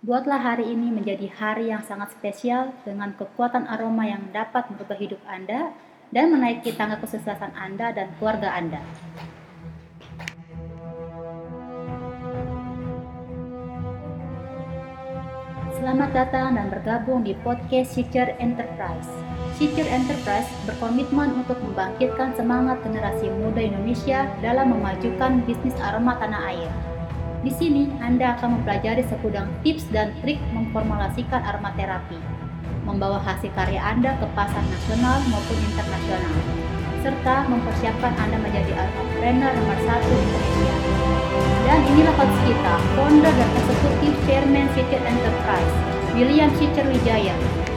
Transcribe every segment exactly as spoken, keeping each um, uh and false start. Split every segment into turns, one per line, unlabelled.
Buatlah hari ini menjadi hari yang sangat spesial dengan kekuatan aroma yang dapat merubah hidup Anda dan menaiki tangga kesuksesan Anda dan keluarga Anda. Selamat datang dan bergabung di podcast Future Enterprise. Future Enterprise berkomitmen untuk membangkitkan semangat generasi muda Indonesia dalam memajukan bisnis aroma tanah air. Di sini Anda akan mempelajari segudang tips dan trik memformulasikan aromaterapi, membawa hasil karya Anda ke pasar nasional maupun internasional, serta mempersiapkan Anda menjadi aromapreneur nomor satu di Indonesia. Dan inilah host kita, founder dan eksekutif chairman Future Enterprise, William Future Wijaya.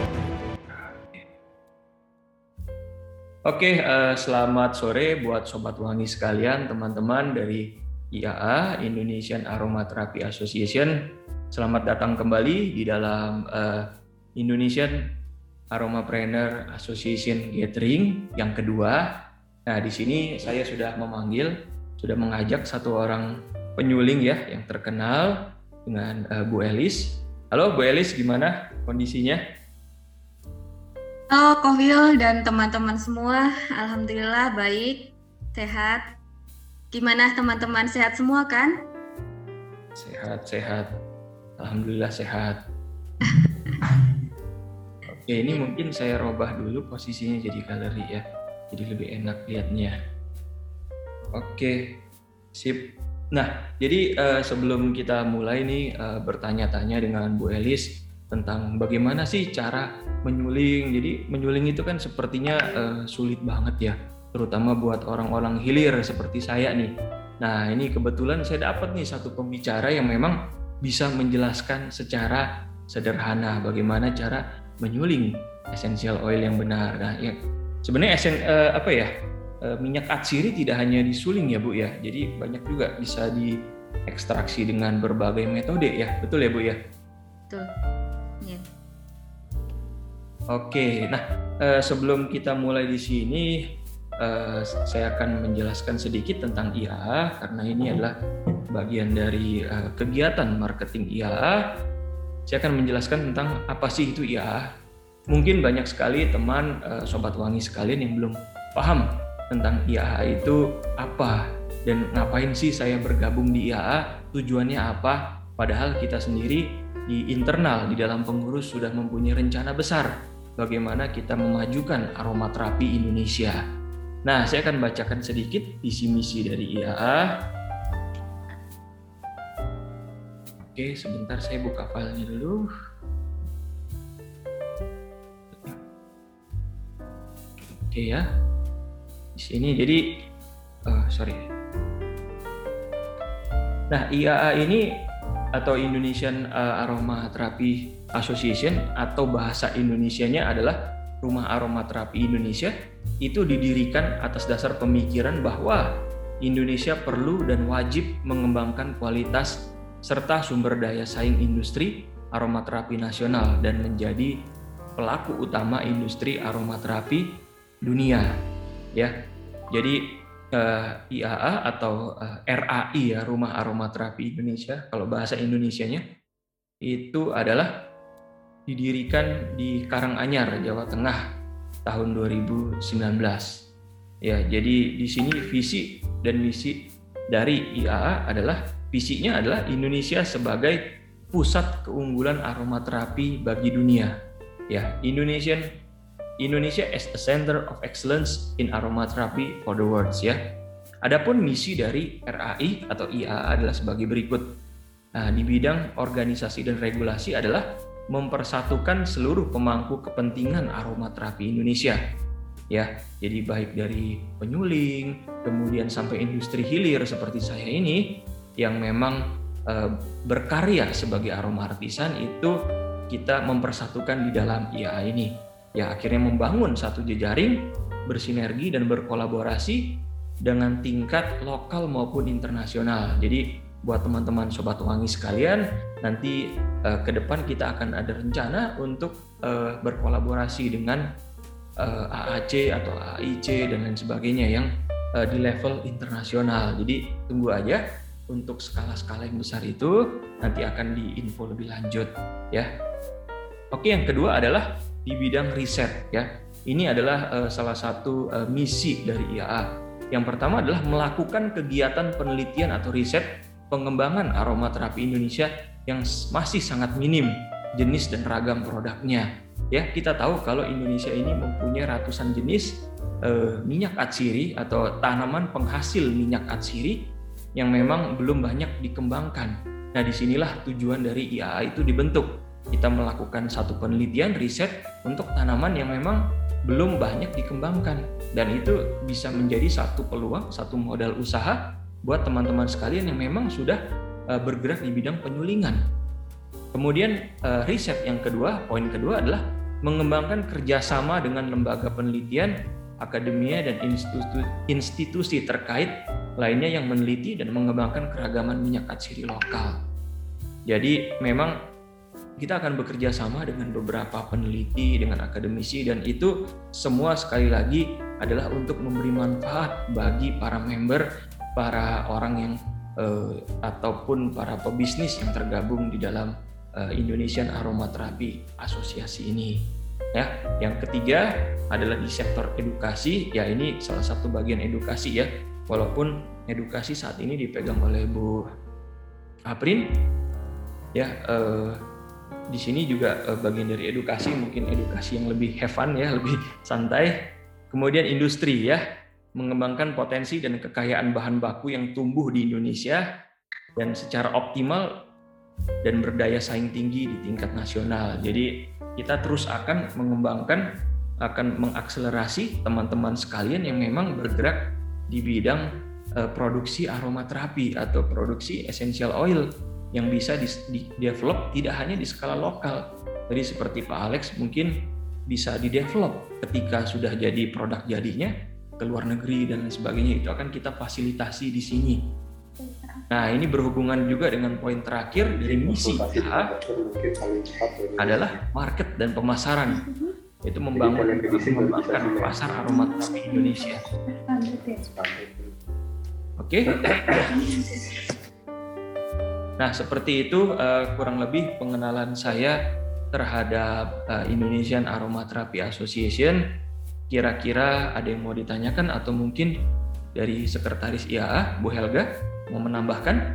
Oke, uh, selamat sore buat Sobat Wangi sekalian, teman-teman dari I A A, Indonesian Aromatherapy Association. Selamat datang kembali di dalam uh, Indonesian Aromapreneur Association Gathering yang kedua. Nah, di sini saya sudah memanggil, sudah mengajak satu orang penyuling ya yang terkenal dengan uh, Bu Elis. Halo Bu Elis, gimana kondisinya?
Halo Ko Will dan teman-teman semua, alhamdulillah baik, sehat. Gimana teman-teman, sehat semua kan?
Sehat, sehat. Alhamdulillah sehat. Oke, ini mungkin saya robah dulu posisinya jadi galeri ya, jadi lebih enak lihatnya. Oke, sip. Nah, jadi uh, sebelum kita mulai nih uh, bertanya-tanya dengan Bu Elis tentang bagaimana sih cara menyuling. Jadi menyuling itu kan sepertinya uh, sulit banget ya, terutama buat orang-orang hilir seperti saya nih. Nah, ini kebetulan saya dapat nih satu pembicara yang memang bisa menjelaskan secara sederhana bagaimana cara menyuling essential oil yang benar. Nah, ya sebenarnya esen, uh, apa ya? minyak atsiri tidak hanya disuling ya Bu ya, jadi banyak juga bisa diekstraksi dengan berbagai metode ya, betul ya Bu ya?
Betul. Yeah.
Oke, nah sebelum kita mulai di sini, saya akan menjelaskan sedikit tentang I A A karena ini adalah bagian dari kegiatan marketing I A A. Saya akan menjelaskan tentang apa sih itu I A A. Mungkin banyak sekali teman Sobat Wangi sekalian yang belum paham tentang I A A itu apa dan ngapain sih saya bergabung di I A A, tujuannya apa, padahal kita sendiri di internal, di dalam pengurus sudah mempunyai rencana besar bagaimana kita memajukan aromaterapi Indonesia. Nah, saya akan bacakan sedikit visi misi dari I A A. Oke, sebentar saya buka filenya dulu. Oke ya. Di sini jadi uh, sorry. Nah, I A A ini atau Indonesian Aromatherapy Association atau bahasa Indonesianya adalah Rumah Aromaterapi Indonesia, itu didirikan atas dasar pemikiran bahwa Indonesia perlu dan wajib mengembangkan kualitas serta sumber daya saing industri aromaterapi nasional dan menjadi pelaku utama industri aromaterapi dunia. Ya, jadi uh, I A A atau uh, R A I ya, Rumah Aromaterapi Indonesia, kalau bahasa Indonesianya itu adalah didirikan di Karanganyar, Jawa Tengah tahun dua ribu sembilan belas. Ya, jadi di sini visi dan misi dari I A A adalah visinya adalah Indonesia sebagai pusat keunggulan aromaterapi bagi dunia. Ya, Indonesian Indonesia as a center of excellence in aromatherapy for the world ya. Adapun misi dari R A I atau I A A adalah sebagai berikut. Nah, di bidang organisasi dan regulasi adalah mempersatukan seluruh pemangku kepentingan aromaterapi Indonesia. Ya, jadi baik dari penyuling, kemudian sampai industri hilir seperti saya ini yang memang e, berkarya sebagai aroma artisan, itu kita mempersatukan di dalam I A A ini. Ya, akhirnya membangun satu jejaring bersinergi dan berkolaborasi dengan tingkat lokal maupun internasional. Jadi buat teman-teman Sobat Wangi sekalian, nanti eh, ke depan kita akan ada rencana untuk eh, berkolaborasi dengan eh, A A C atau A I C dan lain sebagainya yang eh, di level internasional. Jadi tunggu aja. untuk skala-skala yang besar itu nanti akan diinfo lebih lanjut ya. Oke, yang kedua adalah di bidang riset ya. Ini adalah uh, salah satu uh, misi dari I A A. Yang pertama adalah melakukan kegiatan penelitian atau riset pengembangan aromaterapi Indonesia yang masih sangat minim jenis dan ragam produknya. Ya, kita tahu kalau Indonesia ini mempunyai ratusan jenis uh, minyak atsiri atau tanaman penghasil minyak atsiri yang memang belum banyak dikembangkan. Nah, disinilah tujuan dari I A A itu dibentuk. Kita melakukan satu penelitian, riset untuk tanaman yang memang belum banyak dikembangkan. Dan itu bisa menjadi satu peluang, satu modal usaha buat teman-teman sekalian yang memang sudah uh, bergerak di bidang penyulingan. Kemudian uh, riset yang kedua, poin kedua adalah mengembangkan kerjasama dengan lembaga penelitian, akademia, dan institusi, institusi terkait lainnya yang meneliti dan mengembangkan keragaman minyak atsiri lokal. Jadi memang kita akan bekerja sama dengan beberapa peneliti, dengan akademisi, dan itu semua sekali lagi adalah untuk memberi manfaat bagi para member, para orang yang eh, ataupun para pebisnis yang tergabung di dalam eh, Indonesian Aromatherapy Association ini. Ya, yang ketiga adalah di sektor edukasi. Ya, ini salah satu bagian edukasi ya. Walaupun edukasi saat ini dipegang oleh Bu Aprin, ya eh, di sini juga eh, bagian dari edukasi, mungkin edukasi yang lebih have fun ya, lebih santai. Kemudian industri ya, mengembangkan potensi dan kekayaan bahan baku yang tumbuh di Indonesia dan secara optimal dan berdaya saing tinggi di tingkat nasional. Jadi kita terus akan mengembangkan, akan mengakselerasi teman-teman sekalian yang memang bergerak di bidang uh, produksi aromaterapi atau produksi essential oil yang bisa di, di develop tidak hanya di skala lokal. Jadi seperti Pak Alex mungkin bisa di develop ketika sudah jadi produk jadinya ke luar negeri dan lain sebagainya, itu akan kita fasilitasi di sini. Nah, ini berhubungan juga dengan poin terakhir dari misi kita adalah market dan pemasaran. Itu membangun mengembangkan pasar aromaterapi Indonesia. Oke. Nah, seperti itu uh, kurang lebih pengenalan saya terhadap uh, Indonesian Aromatherapy Association. Kira-kira ada yang mau ditanyakan atau mungkin dari Sekretaris I A A, Bu Helga, mau menambahkan?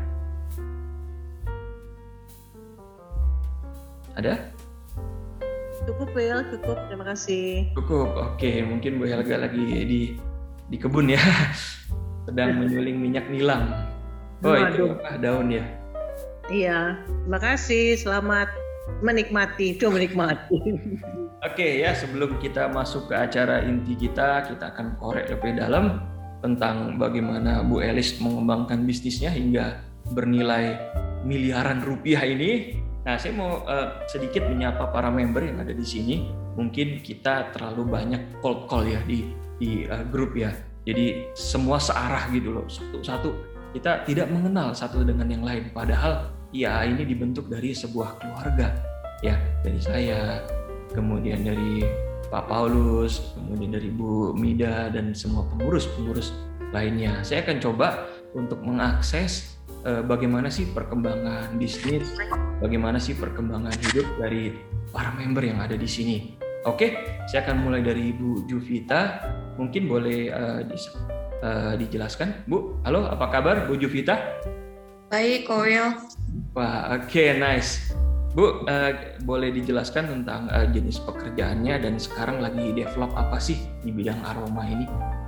Ada?
Cukup Will, cukup. Terima kasih.
Cukup. Oke, mungkin Bu Helga lagi di di kebun ya, sedang menyuling minyak nilam. Oh, itu apa? Daun ya?
Iya, terima kasih. Selamat menikmati, itu menikmati.
Oke ya, sebelum kita masuk ke acara inti kita, kita akan korek lebih dalam tentang bagaimana Bu Elis mengembangkan bisnisnya hingga bernilai miliaran rupiah ini. Nah, saya mau uh, sedikit menyapa para member yang ada di sini. Mungkin kita terlalu banyak cold call ya di di uh, grup ya. Jadi semua searah gitu loh, satu-satu. Kita tidak mengenal satu dengan yang lain. Padahal ya ini dibentuk dari sebuah keluarga ya, dari saya, kemudian dari Pak Paulus, kemudian dari Bu Mida dan semua pengurus-pengurus lainnya. Saya akan coba untuk mengakses eh, bagaimana sih perkembangan bisnis, bagaimana sih perkembangan hidup dari para member yang ada di sini. Oke, saya akan mulai dari Bu Juvita. Mungkin boleh uh, di, uh, dijelaskan, Bu. Halo, apa kabar Bu Juvita?
Baik, Koil.
Wah, oke, okay, nice. Bu, uh, boleh dijelaskan tentang uh, jenis pekerjaannya dan sekarang lagi develop apa sih di bidang aroma ini?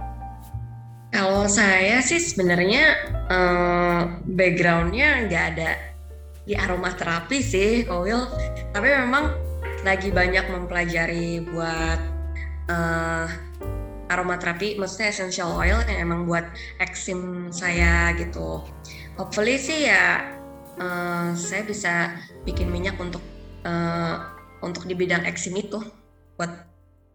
Kalau saya sih sebenarnya uh, background-nya nggak ada di aromaterapi sih, Koil. Tapi memang lagi banyak mempelajari buat uh, aromaterapi, maksudnya essential oil yang emang buat eksim saya gitu. Hopefully sih ya uh, saya bisa bikin minyak untuk uh, untuk di bidang eksim itu. Buat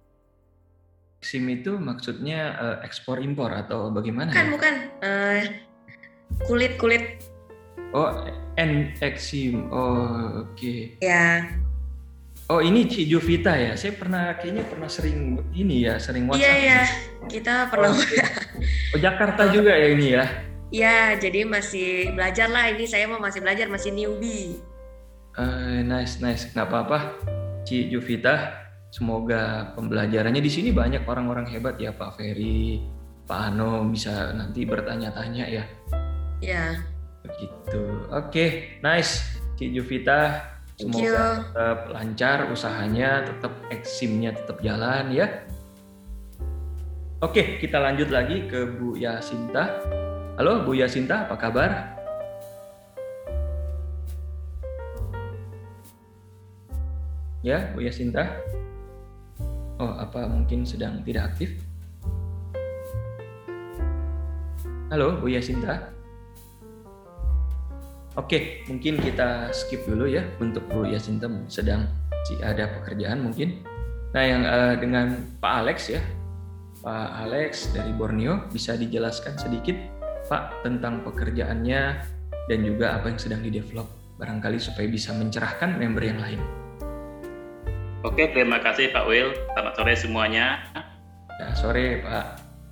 eksim itu maksudnya uh, ekspor impor atau bagaimana?
Bukan,
ya?
bukan. Uh, kulit kulit.
Oh, en eksim. Oh, oke. Okay.
Ya.
Oh, ini Ci Juvita ya. Saya pernah kayaknya pernah sering ini ya, sering WhatsApp.
Iya, iya. Kita pernah.
Oh, okay. Oh, Jakarta juga ya ini ya.
Ya, jadi masih belajar lah ini. Saya mau masih belajar, masih newbie.
Uh, nice, nice. Nggak apa-apa, Ci Jovita. Semoga pembelajarannya di sini banyak orang-orang hebat ya, Pak Ferry, Pak Ano bisa nanti bertanya-tanya ya.
Ya.
Begitu. Oke, okay, nice, Ci Jovita. Semoga tetap lancar usahanya, tetap eksimnya tetap jalan ya. Oke, kita lanjut lagi ke Bu Yasinta. Halo Bu Yasinta, apa kabar? Ya, Bu Yasinta. Oh, apa mungkin sedang tidak aktif? Halo Bu Yasinta. Oke, mungkin kita skip dulu ya untuk Bu Yasinta sedang ada pekerjaan mungkin. Nah, yang uh, dengan Pak Alex ya. Pak Alex dari Borneo, bisa dijelaskan sedikit Pak tentang pekerjaannya dan juga apa yang sedang di-develop barangkali supaya bisa mencerahkan member yang lain.
Oke, terima kasih Pak Will. Selamat sore semuanya.
Ya, sore Pak.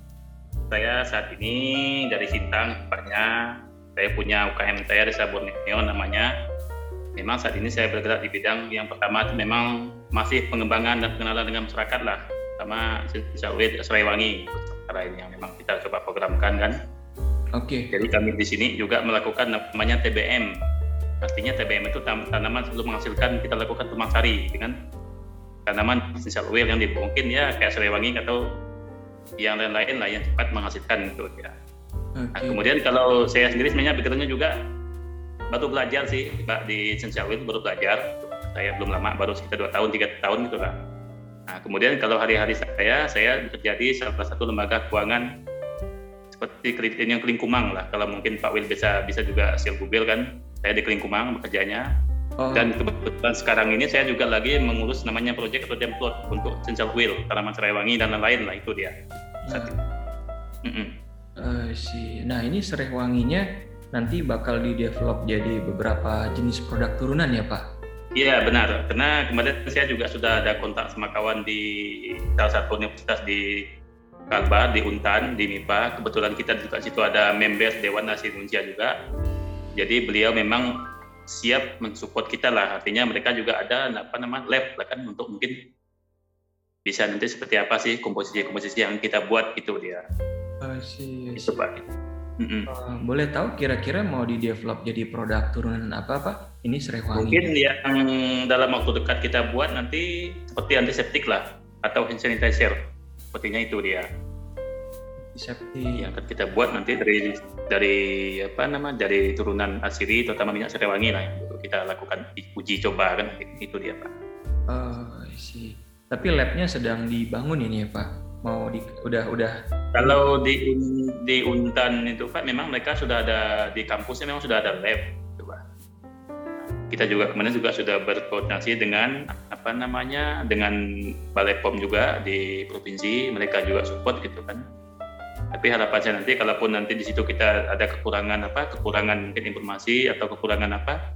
Saya saat ini dari Sintang, tepatnya saya punya U K M saya di Borneo namanya. Memang saat ini saya bergerak di bidang yang pertama itu memang masih pengembangan dan pengenalan dengan masyarakat lah, sama Sriwangi sekarang ini yang memang kita coba programkan kan.
Oke. Okay.
Jadi kami di sini juga melakukan namanya T B M. Artinya T B M itu tanaman sebelum menghasilkan kita lakukan tumbang sari dengan tanaman essential oil yang mungkin ya kayak Sriwangi atau yang lain-lain lah yang cepat menghasilkan gitu ya. Okay. Nah, kemudian kalau saya sendiri sebenarnya bekerjanya juga baru belajar sih Pak di essential oil baru belajar. Saya belum lama, baru sekitar dua tahun tiga tahun gitu lah. Nah, kemudian kalau hari-hari saya saya bekerja di salah satu lembaga keuangan seperti kredit yang Kelingkumang lah. Kalau mungkin Pak Will bisa bisa juga share Google kan. Saya di Kelingkumang bekerjanya. Oh. Dan kebetulan sekarang ini saya juga lagi mengurus namanya project atau demplot untuk essential oil, tanaman Sriwangi dan lain-lain lah itu dia. Nah, mm-hmm.
uh, si, nah ini Sriwanginya nanti bakal di-develop jadi beberapa jenis produk turunan ya Pak?
Iya benar, karena kemarin saya juga sudah ada kontak sama kawan di salah satu universitas di Kalbar, di Untan, di M I P A. Kebetulan kita juga situ ada members Dewan Nasi Indonesia juga. Jadi beliau memang siap mensupport kita lah, artinya mereka juga ada apa namanya lab lah kan untuk mungkin bisa nanti seperti apa sih komposisi-komposisi yang kita buat itu dia.
Oh, sih,
itu Pak.
Mm-hmm. Uh, boleh tahu kira-kira mau di-develop jadi produk turunan apa Pak? Ini Sriwangi.
Mungkin yang dalam waktu dekat kita buat nanti seperti antiseptik lah atau hand sanitizer, sepertinya itu dia.
Antiseptik
yang akan kita buat nanti dari dari apa nama dari turunan asiri terutama minyak Sriwangi lah yang kita lakukan uji coba kan itu dia Pak.
Oh sih. Tapi labnya sedang dibangun ini ya Pak. Mau di udah udah.
Kalau di di Untan itu Pak memang mereka sudah ada di kampusnya memang sudah ada lab gitu Pak. Kita juga kemarin juga sudah berkoordinasi dengan apa namanya dengan Balai P O M juga di provinsi, mereka juga support gitu kan. Tapi harapan saya nanti kalaupun nanti di situ kita ada kekurangan apa kekurangan mungkin informasi atau kekurangan apa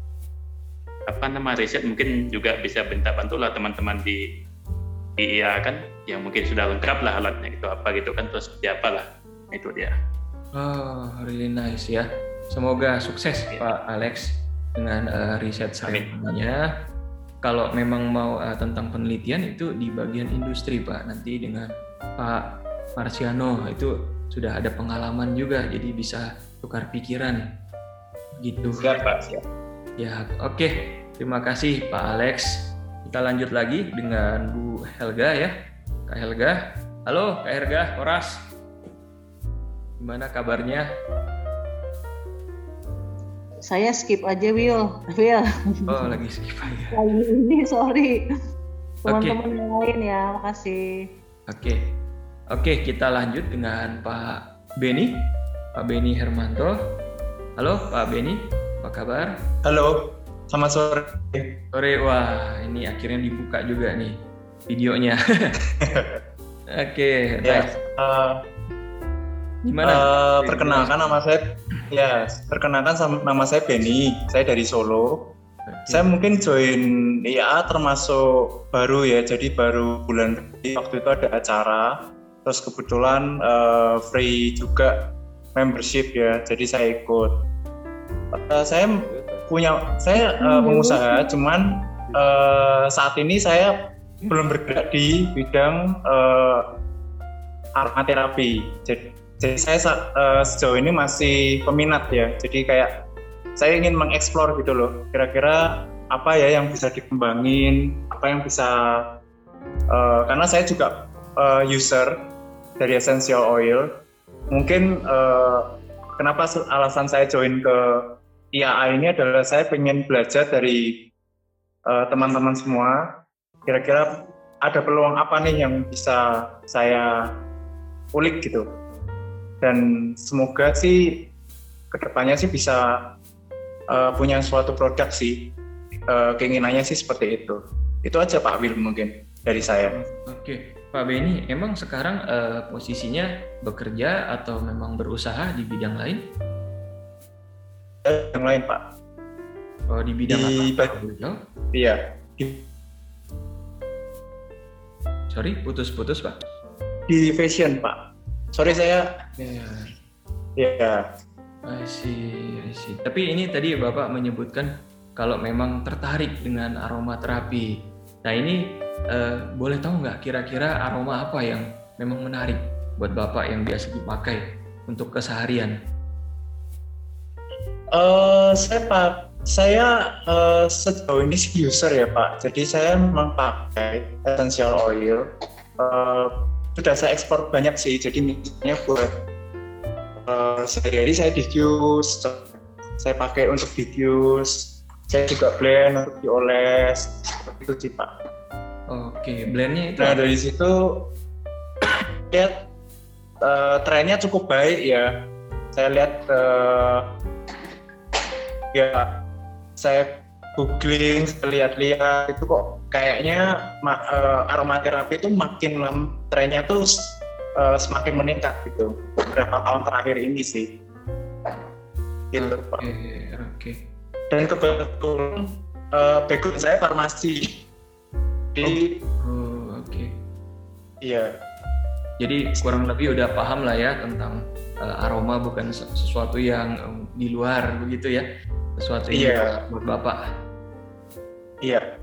apa nama riset mungkin juga bisa minta bantu lah teman-teman di I I A kan yang mungkin sudah lengkap lah alatnya gitu apa gitu kan terus seperti apa lah itu dia.
Oh really nice ya. Semoga sukses ya. Pak Alex dengan uh, riset Sriwanginya. Kalau memang mau uh, tentang penelitian itu di bagian industri Pak, nanti dengan Pak Marciano itu sudah ada pengalaman juga, jadi bisa tukar pikiran gitu.
Siap Pak, siap.
Ya, oke. Okay. Terima kasih Pak Alex. Kita lanjut lagi dengan Bu Helga ya. Kak Helga. Halo Kak Helga, Koras. Gimana kabarnya?
Saya skip aja Will. Will.
Oh, lagi skip aja.
Lagi ini, sorry. Teman-teman
okay.
yang lain ya, makasih.
Oke. Okay. Oke, kita lanjut dengan Pak Beni, Pak Beni Hermanto. Halo Pak Beni, apa kabar?
Halo, selamat sore.
Sore, wah ini akhirnya dibuka juga nih videonya. Oke,
ya, uh,
gimana?
Uh, perkenalkan nama saya, ya, perkenalkan nama saya Beni, saya dari Solo. Okay. Saya mungkin join I A termasuk baru ya, jadi baru bulan waktu itu ada acara. Terus kebetulan uh, free juga membership ya, jadi saya ikut. Uh, saya punya, saya uh, pengusaha, cuman uh, saat ini saya belum bergerak di bidang uh, aromaterapi. Jadi, jadi saya uh, sejauh ini masih peminat ya. Jadi kayak saya ingin mengeksplor gitu loh. Kira-kira apa ya yang bisa dikembangin, apa yang bisa uh, karena saya juga uh, user dari essential oil. Mungkin uh, kenapa alasan saya join ke I A A ini adalah saya pengen belajar dari uh, teman-teman semua. Kira-kira ada peluang apa nih yang bisa saya ulik gitu. Dan semoga sih kedepannya sih bisa uh, punya suatu produk sih. Uh, keinginannya sih seperti itu. Itu aja Pak Will mungkin dari saya.
Oke, Pak Benny, emang sekarang uh, posisinya bekerja atau memang berusaha di bidang lain?
Yang lain Pak.
Oh, di bidang
di,
apa?
Ba- iya. Di,
Sorry, putus-putus Pak.
Di fashion Pak. Sorry saya.
Ya.
Ya.
I see, I see. Tapi ini tadi Bapak menyebutkan kalau memang tertarik dengan aromaterapi. Nah ini uh, boleh tahu nggak kira-kira aroma apa yang memang menarik buat Bapak yang biasa dipakai untuk keseharian?
Uh, saya Pak, saya uh, sejauh ini sih user ya Pak. Jadi saya memang pakai essential oil. Uh, sudah saya ekspor banyak sih. Jadi misalnya buat uh, sehari-hari saya diffuse, saya pakai untuk diffuse. Saya juga blend untuk dioles, seperti itu sih Pak.
Oke, blendnya itu.
Nah dari situ lihat uh, trennya cukup baik ya. Saya lihat uh, ya saya googling, saya lihat-lihat itu kok kayaknya uh, aromaterapi itu makin lama trennya tuh uh, semakin meningkat gitu beberapa tahun terakhir ini sih. Gitu Pak.
Oke, oke.
Dan kebetulan uh, background saya farmasi. Jadi,
oh, oke. Okay.
Iya.
Jadi kurang lebih udah paham lah ya tentang uh, aroma bukan sesuatu yang um, di luar begitu ya, sesuatu yang
Iya.
buat Bapak.
Iya.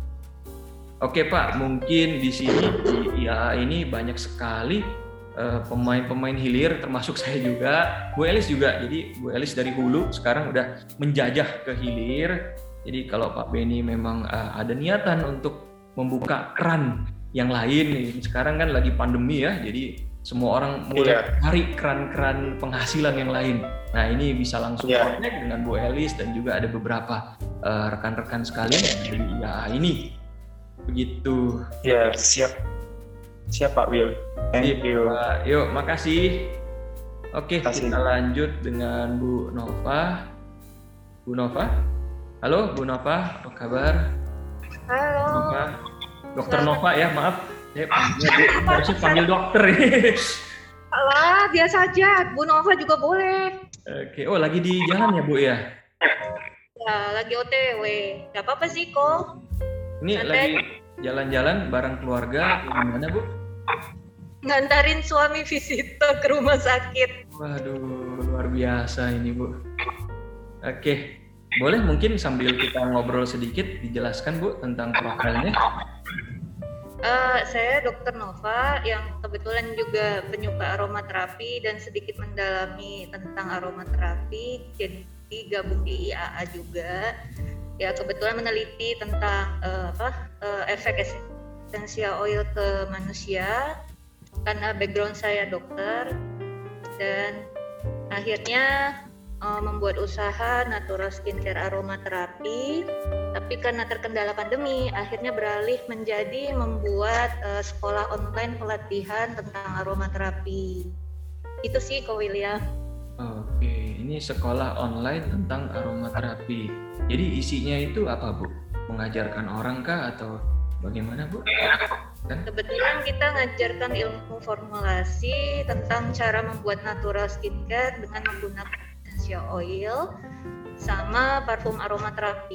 Oke Pak, mungkin di sini di I A A ini banyak sekali uh, pemain-pemain hilir, termasuk saya juga, Bu Elis juga. Jadi Bu Elis dari hulu sekarang udah menjajah ke hilir. Jadi kalau Pak Benny memang uh, ada niatan untuk membuka keran yang lain, sekarang kan lagi pandemi ya, jadi semua orang mulai
Iya.
cari keran-keran penghasilan yang lain. Nah ini bisa langsung
Iya.
connect dengan Bu Elis dan juga ada beberapa uh, rekan-rekan sekalian dari I A A ini. Begitu.
Ya, siap. Siap Pak Will. Thank you.
Pak, yuk, makasih. Oke,
Makasih.
kita lanjut dengan Bu Nova. Bu Nova? Halo, Bu Nova, apa kabar?
Halo.
Nova. Dokter Nova ya, maaf. Saya panggil, harusnya panggil dokter.
Alah, biasa aja. Bu Nova juga boleh.
Oke, oh lagi di jalan ya Bu ya?
Ya, lagi O T W. Gak apa-apa sih kok.
Ini
Santai.
lagi jalan-jalan bareng keluarga, gimana Bu?
Ngantarin suami visitor ke rumah sakit.
Waduh, luar biasa ini Bu. Oke, boleh mungkin sambil kita ngobrol sedikit dijelaskan Bu tentang profilnya?
Uh, saya Dokter Nova yang kebetulan juga penyuka aromaterapi dan sedikit mendalami tentang aromaterapi. Jadi gabung di I A A juga. Ya kebetulan meneliti tentang uh, apa uh, efek essential oil ke manusia karena background saya dokter dan akhirnya uh, membuat usaha natural skincare aromaterapi. Tapi karena terkendala pandemi, akhirnya beralih menjadi membuat uh, sekolah online pelatihan tentang aromaterapi. Itu sih Ko William.
Oke, ini sekolah online tentang aromaterapi. Jadi isinya itu apa Bu? Mengajarkan orang kah atau bagaimana Bu? Kan?
Kebetulan kita ngajarkan ilmu formulasi tentang cara membuat natural skincare dengan menggunakan essential oil sama parfum aromaterapi.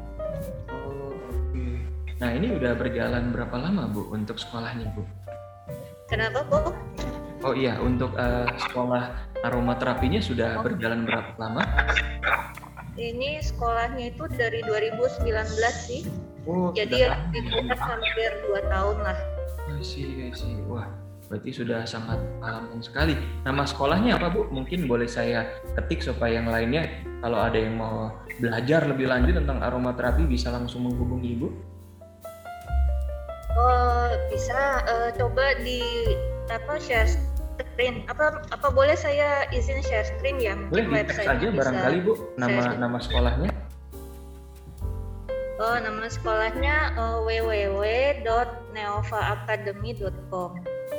Oh, oke. Nah ini udah berjalan berapa lama Bu untuk sekolahnya Bu?
Kenapa Bu?
Oh iya, untuk uh, sekolah aromaterapinya sudah
Oh.
berjalan berapa lama?
Ini sekolahnya itu dari dua ribu sembilan belas sih.
Oh,
Jadi
sudah
ya hampir dua tahun lah.
I see, I see. Wah, berarti sudah sangat pengalaman sekali. Nama sekolahnya apa, Bu? Mungkin boleh saya ketik supaya yang lainnya kalau ada yang mau belajar lebih lanjut tentang aromaterapi bisa langsung menghubungi Ibu.
Oh, bisa uh, coba di apa share screen. Apa apa boleh saya izin share screen ya?
Boleh
Mungkin
di teks
website-nya
aja
bisa
barangkali, Bu, nama
saya-
nama sekolahnya.
Oh, nama sekolahnya uh, w w w dot neova academy dot com.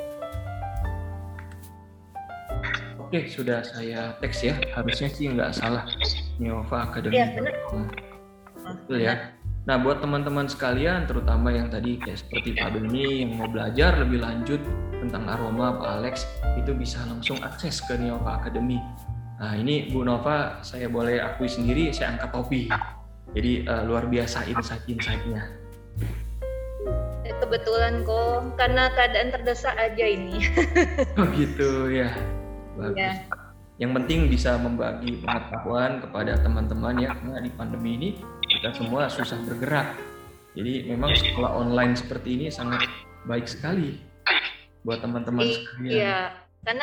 Oke, sudah saya teks ya. Harusnya sih nggak salah. Neova Academy.
Iya, benar.
Betul ya. Nah, buat teman-teman sekalian, terutama yang tadi kayak seperti Pak Doni yang mau belajar lebih lanjut tentang aroma, Pak Alex, itu bisa langsung akses ke Neova Academy. Nah, ini Bu Nova, saya boleh akui sendiri, saya angkat topi. Jadi uh, luar biasa insight-insight-nya.
Eh, Kebetulan kok, karena keadaan terdesak aja ini.
Oh gitu ya. Bagus.
Iya.
Yang penting bisa membagi pengetahuan kepada teman-teman ya, karena di pandemi ini kita semua susah bergerak. Jadi memang sekolah online seperti ini sangat baik sekali buat teman-teman sekalian.
Iya, karena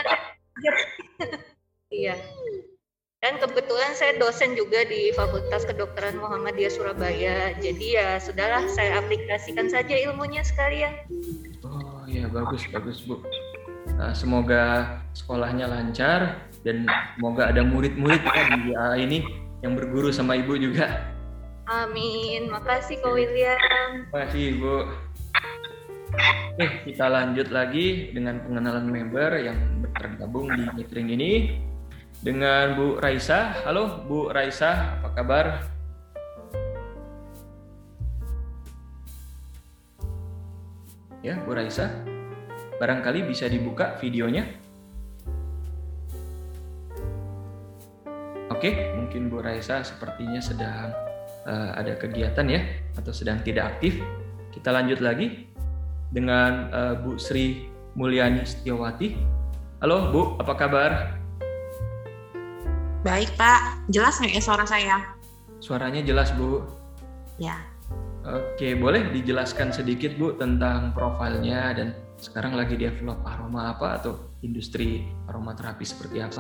iya. Dan kebetulan saya dosen juga di Fakultas Kedokteran Muhammadiyah Surabaya. Jadi ya sudahlah, saya aplikasikan saja ilmunya sekalian.
Oh ya, bagus bagus Bu. Nah, semoga sekolahnya lancar dan semoga ada murid-murid ya di A A ini yang berguru sama Ibu juga.
Amin. Makasih Ko William.
Terima kasih Ibu. Oke, kita lanjut lagi dengan pengenalan member yang tergabung di meeting ini dengan Bu Raisa. Halo Bu Raisa, apa kabar? Ya, Bu Raisa. Barangkali bisa dibuka videonya. Oke, mungkin Bu Raisa sepertinya sedang uh, ada kegiatan ya, atau sedang tidak aktif. Kita lanjut lagi dengan uh, Bu Sri Mulyani Setiawati. Halo Bu, apa kabar?
Baik Pak, jelas nggak ya suara saya?
Suaranya jelas Bu.
Ya.
Oke, boleh dijelaskan sedikit Bu tentang profilnya dan sekarang lagi develop aroma apa atau industri aromaterapi seperti apa?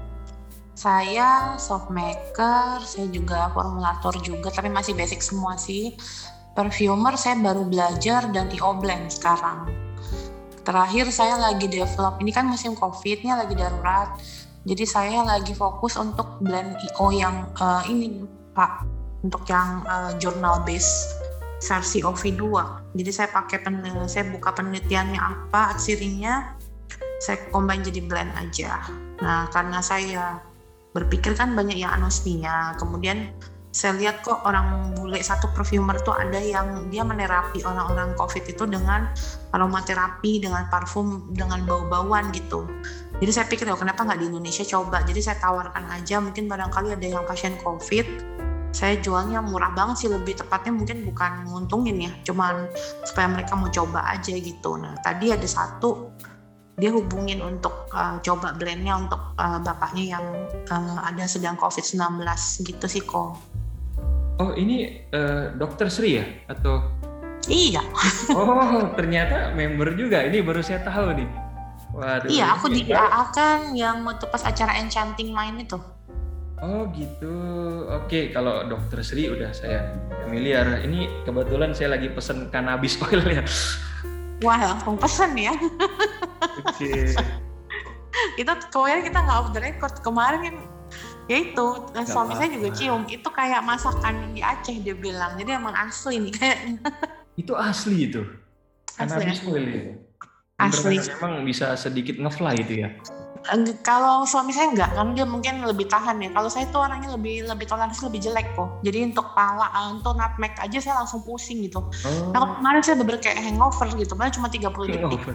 Saya soft maker, saya juga formulator juga, tapi masih basic semua sih. Perfumer saya baru belajar dan I O blend sekarang. Terakhir saya lagi develop, ini kan musim Covid-nya lagi darurat. Jadi saya lagi fokus untuk blend I O yang uh, ini Pak, untuk yang uh, journal base versi O V dua. Jadi saya pakai pen, saya buka penelitiannya apa, cirinya, saya combine jadi blend aja. Nah, karena saya berpikir kan banyak yang anosmia, kemudian saya lihat kok orang bule satu perfumer tuh ada yang dia menerapi orang-orang COVID itu dengan aromaterapi, dengan parfum, dengan bau-bauan gitu. Jadi saya pikir, oh kenapa nggak di Indonesia coba? Jadi saya tawarkan aja, mungkin barangkali ada yang pasien COVID, saya jualnya murah banget sih, lebih tepatnya mungkin bukan nguntungin ya, cuman supaya mereka mau coba aja gitu. Nah tadi ada satu, dia hubungin untuk uh, coba blendnya untuk uh, bapaknya yang uh, ada sedang covid sembilan belas gitu sih kok.
Oh ini uh, Dokter Sri ya? Atau?
Iya.
Oh ternyata member juga, ini baru saya tahu nih. Waduh.
Iya, aku di I A A kan yang waktu pas acara Enchanting main itu.
Oh gitu. Oke, kalau Dokter Sri udah saya familiar. Ini kebetulan saya lagi pesen cannabis oil ya.
Wah, langsung pesen ya.
Oke.
Itu kemarin kita nggak off the record. Kemarin kan ya itu suami saya juga cium. Itu kayak masakan di Aceh dia bilang. Jadi emang asli nih kayaknya.
Itu asli itu. Cannabis oil itu.
Asli.
Memang bisa sedikit ngefly itu ya.
Kalau suami saya enggak, karena dia mungkin lebih tahan ya. Kalau saya tuh orangnya lebih lebih toleransi lebih jelek kok. Jadi untuk pala, untuk nutmeg aja saya langsung pusing gitu.
Oh.
Nah kemarin saya bener kayak hangover gitu, padahal cuma tiga puluh detik.
Hangover.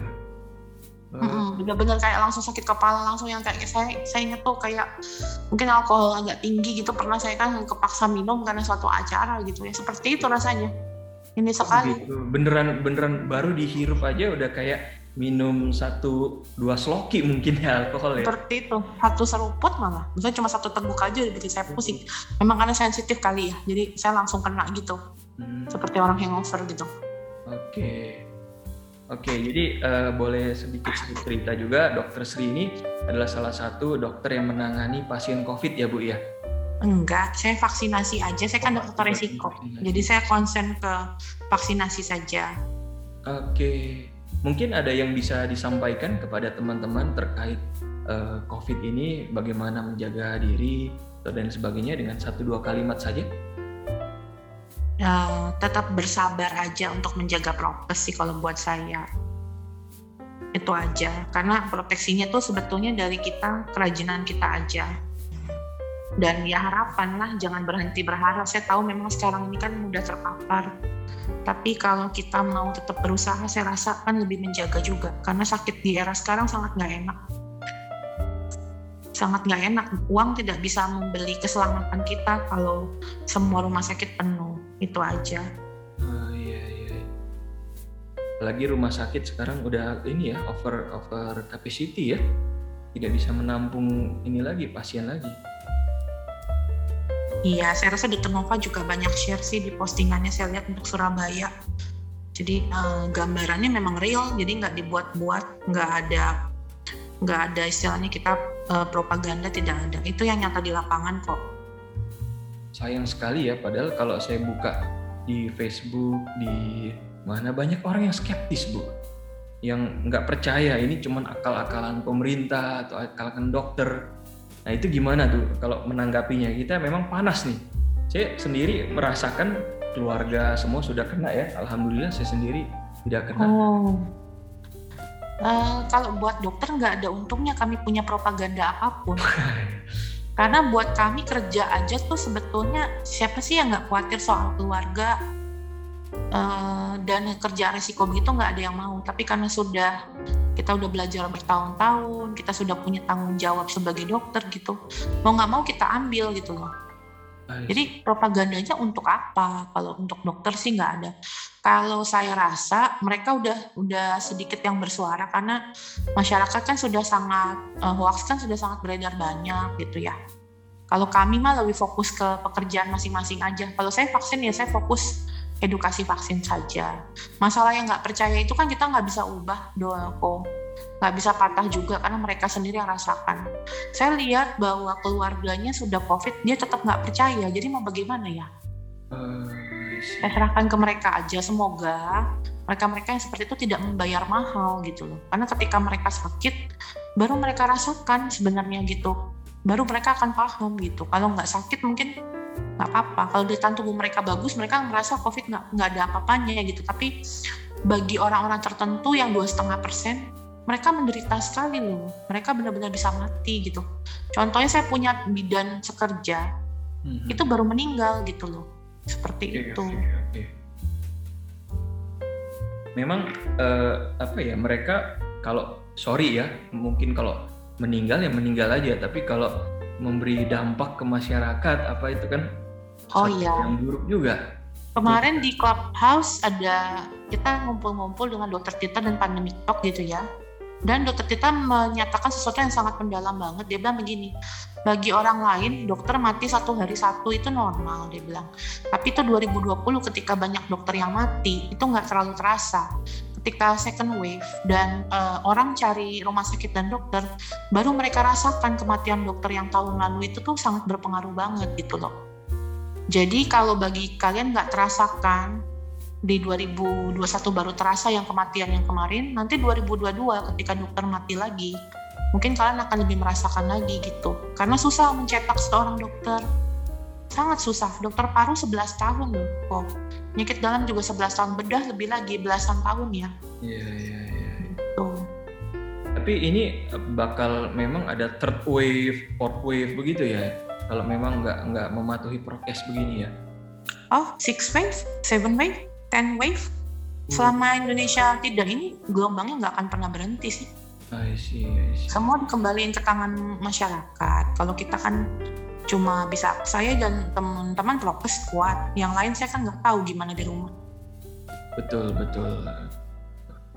Oh. Bener-bener kayak langsung sakit kepala, langsung yang kayak saya saya ingat tuh kayak mungkin alkohol agak tinggi gitu, pernah saya kan kepaksa minum karena suatu acara gitu ya. Seperti itu rasanya. Ini sekali.
Oh, gitu. Beneran beneran baru dihirup aja udah kayak minum satu dua sloki mungkin ya alkohol ya.
Seperti itu, satu seruput malah. Misalnya cuma satu teguk aja bikin saya pusing. Memang karena sensitif kali ya, jadi saya langsung kena gitu. Hmm. Seperti orang hangover gitu.
Oke. Oke, jadi uh, boleh sedikit cerita juga, Dokter Sri ini adalah salah satu dokter yang menangani pasien COVID ya Bu ya?
Enggak, saya vaksinasi aja, saya kan dokter resiko. Jadi saya konsen ke vaksinasi saja.
Oke, mungkin ada yang bisa disampaikan kepada teman-teman terkait uh, COVID ini, bagaimana menjaga diri dan sebagainya dengan satu dua kalimat saja?
Uh, tetap bersabar aja untuk menjaga prokes sih kalau buat saya. Itu aja, karena proteksinya tuh sebetulnya dari kita, kerajinan kita aja. Dan ya harapan lah, jangan berhenti berharap. Saya tahu memang sekarang ini kan mudah terpapar, tapi kalau kita mau tetap berusaha, saya rasa kan lebih menjaga juga. Karena sakit di era sekarang sangat nggak enak. Sangat nggak enak, uang tidak bisa membeli keselamatan kita kalau semua rumah sakit penuh. Itu aja.
Oh, iya, iya. Apalagi rumah sakit sekarang udah ini ya, over over capacity ya, tidak bisa menampung ini lagi, pasien lagi.
Iya, saya rasa Dokter Nova juga banyak share sih di postingannya, saya lihat untuk Surabaya. Jadi uh, gambarannya memang real, jadi nggak dibuat-buat, nggak ada nggak ada istilahnya kita uh, propaganda, tidak ada. Itu yang nyata di lapangan kok.
Sayang sekali ya, padahal kalau saya buka di Facebook, di mana banyak orang yang skeptis Bu, yang nggak percaya ini cuma akal-akalan pemerintah atau akal-akalan dokter. Nah itu gimana tuh kalau menanggapinya? Kita memang panas nih. Saya sendiri merasakan keluarga semua sudah kena ya, alhamdulillah saya sendiri tidak kena.
Oh. Uh, kalau buat dokter nggak ada untungnya kami punya propaganda apapun. Karena buat kami kerja aja tuh sebetulnya siapa sih yang nggak khawatir soal keluarga uh, dan kerja resiko begitu, nggak ada yang mau. Tapi karena sudah kita udah belajar bertahun-tahun, kita sudah punya tanggung jawab sebagai dokter gitu, mau nggak mau kita ambil gitu loh. Jadi propagandanya untuk apa? Kalau untuk dokter sih nggak ada. Kalau saya rasa mereka udah udah sedikit yang bersuara karena masyarakat kan sudah sangat uh, hoax kan sudah sangat beredar banyak gitu ya. Kalau kami mah lebih fokus ke pekerjaan masing-masing aja. Kalau saya vaksin ya saya fokus edukasi vaksin saja. Masalah yang nggak percaya itu kan kita nggak bisa ubah doako, nggak bisa patah juga karena mereka sendiri yang rasakan. Saya lihat bahwa keluarganya sudah COVID, dia tetap nggak percaya. Jadi mau bagaimana ya? Uh, saya serahkan ke mereka aja. Semoga mereka-mereka yang seperti itu tidak membayar mahal gitu loh. Karena ketika mereka sakit, baru mereka rasakan sebenarnya gitu. Baru mereka akan paham gitu. Kalau nggak sakit mungkin nggak apa-apa. Kalau daya tubuh mereka bagus, mereka merasa COVID nggak nggak ada apa-apanya gitu. Tapi bagi orang-orang tertentu yang dua setengah persen, mereka menderita sekali loh. Mereka benar-benar bisa mati gitu. Contohnya saya punya bidan sekerja, mm-hmm. itu baru meninggal gitu loh. Seperti okay, itu. Okay, okay.
Memang uh, apa ya, mereka kalau sorry ya, mungkin kalau meninggal ya meninggal aja, tapi kalau memberi dampak ke masyarakat apa itu kan
oh iya
yang buruk juga.
Kemarin di Clubhouse ada kita ngumpul-ngumpul dengan Dokter Tita dan Pandemic Talk gitu ya. Dan Dokter Tita menyatakan sesuatu yang sangat mendalam banget. Dia bilang begini, bagi orang lain dokter mati satu hari satu itu normal, dia bilang. Tapi itu dua ribu dua puluh ketika banyak dokter yang mati, itu nggak terlalu terasa. Ketika second wave dan uh, orang cari rumah sakit dan dokter, baru mereka rasakan kematian dokter yang tahun lalu itu tuh sangat berpengaruh banget gitu loh. Jadi kalau bagi kalian nggak terasakan di dua ribu dua puluh satu baru terasa yang kematian yang kemarin, nanti dua ribu dua puluh dua ketika dokter mati lagi, mungkin kalian akan lebih merasakan lagi gitu. Karena susah mencetak seorang dokter, sangat susah. Dokter paru sebelas tahun loh kok. Penyakit dalam juga sebelas tahun, bedah lebih lagi belasan tahun ya.
Iya, iya, iya.
Gitu.
Tapi ini bakal memang ada third wave, fourth wave begitu ya? Kalau memang nggak nggak mematuhi prokes begini ya?
Oh, six wave, seven wave, ten wave. Selama Indonesia tidak ini, gelombangnya nggak akan pernah berhenti sih.
I see, I see.
Semua dikembaliin ke tangan masyarakat. Kalau kita kan cuma bisa, saya dan teman-teman prokes kuat. Yang lain saya kan nggak tahu gimana di rumah.
Betul, betul.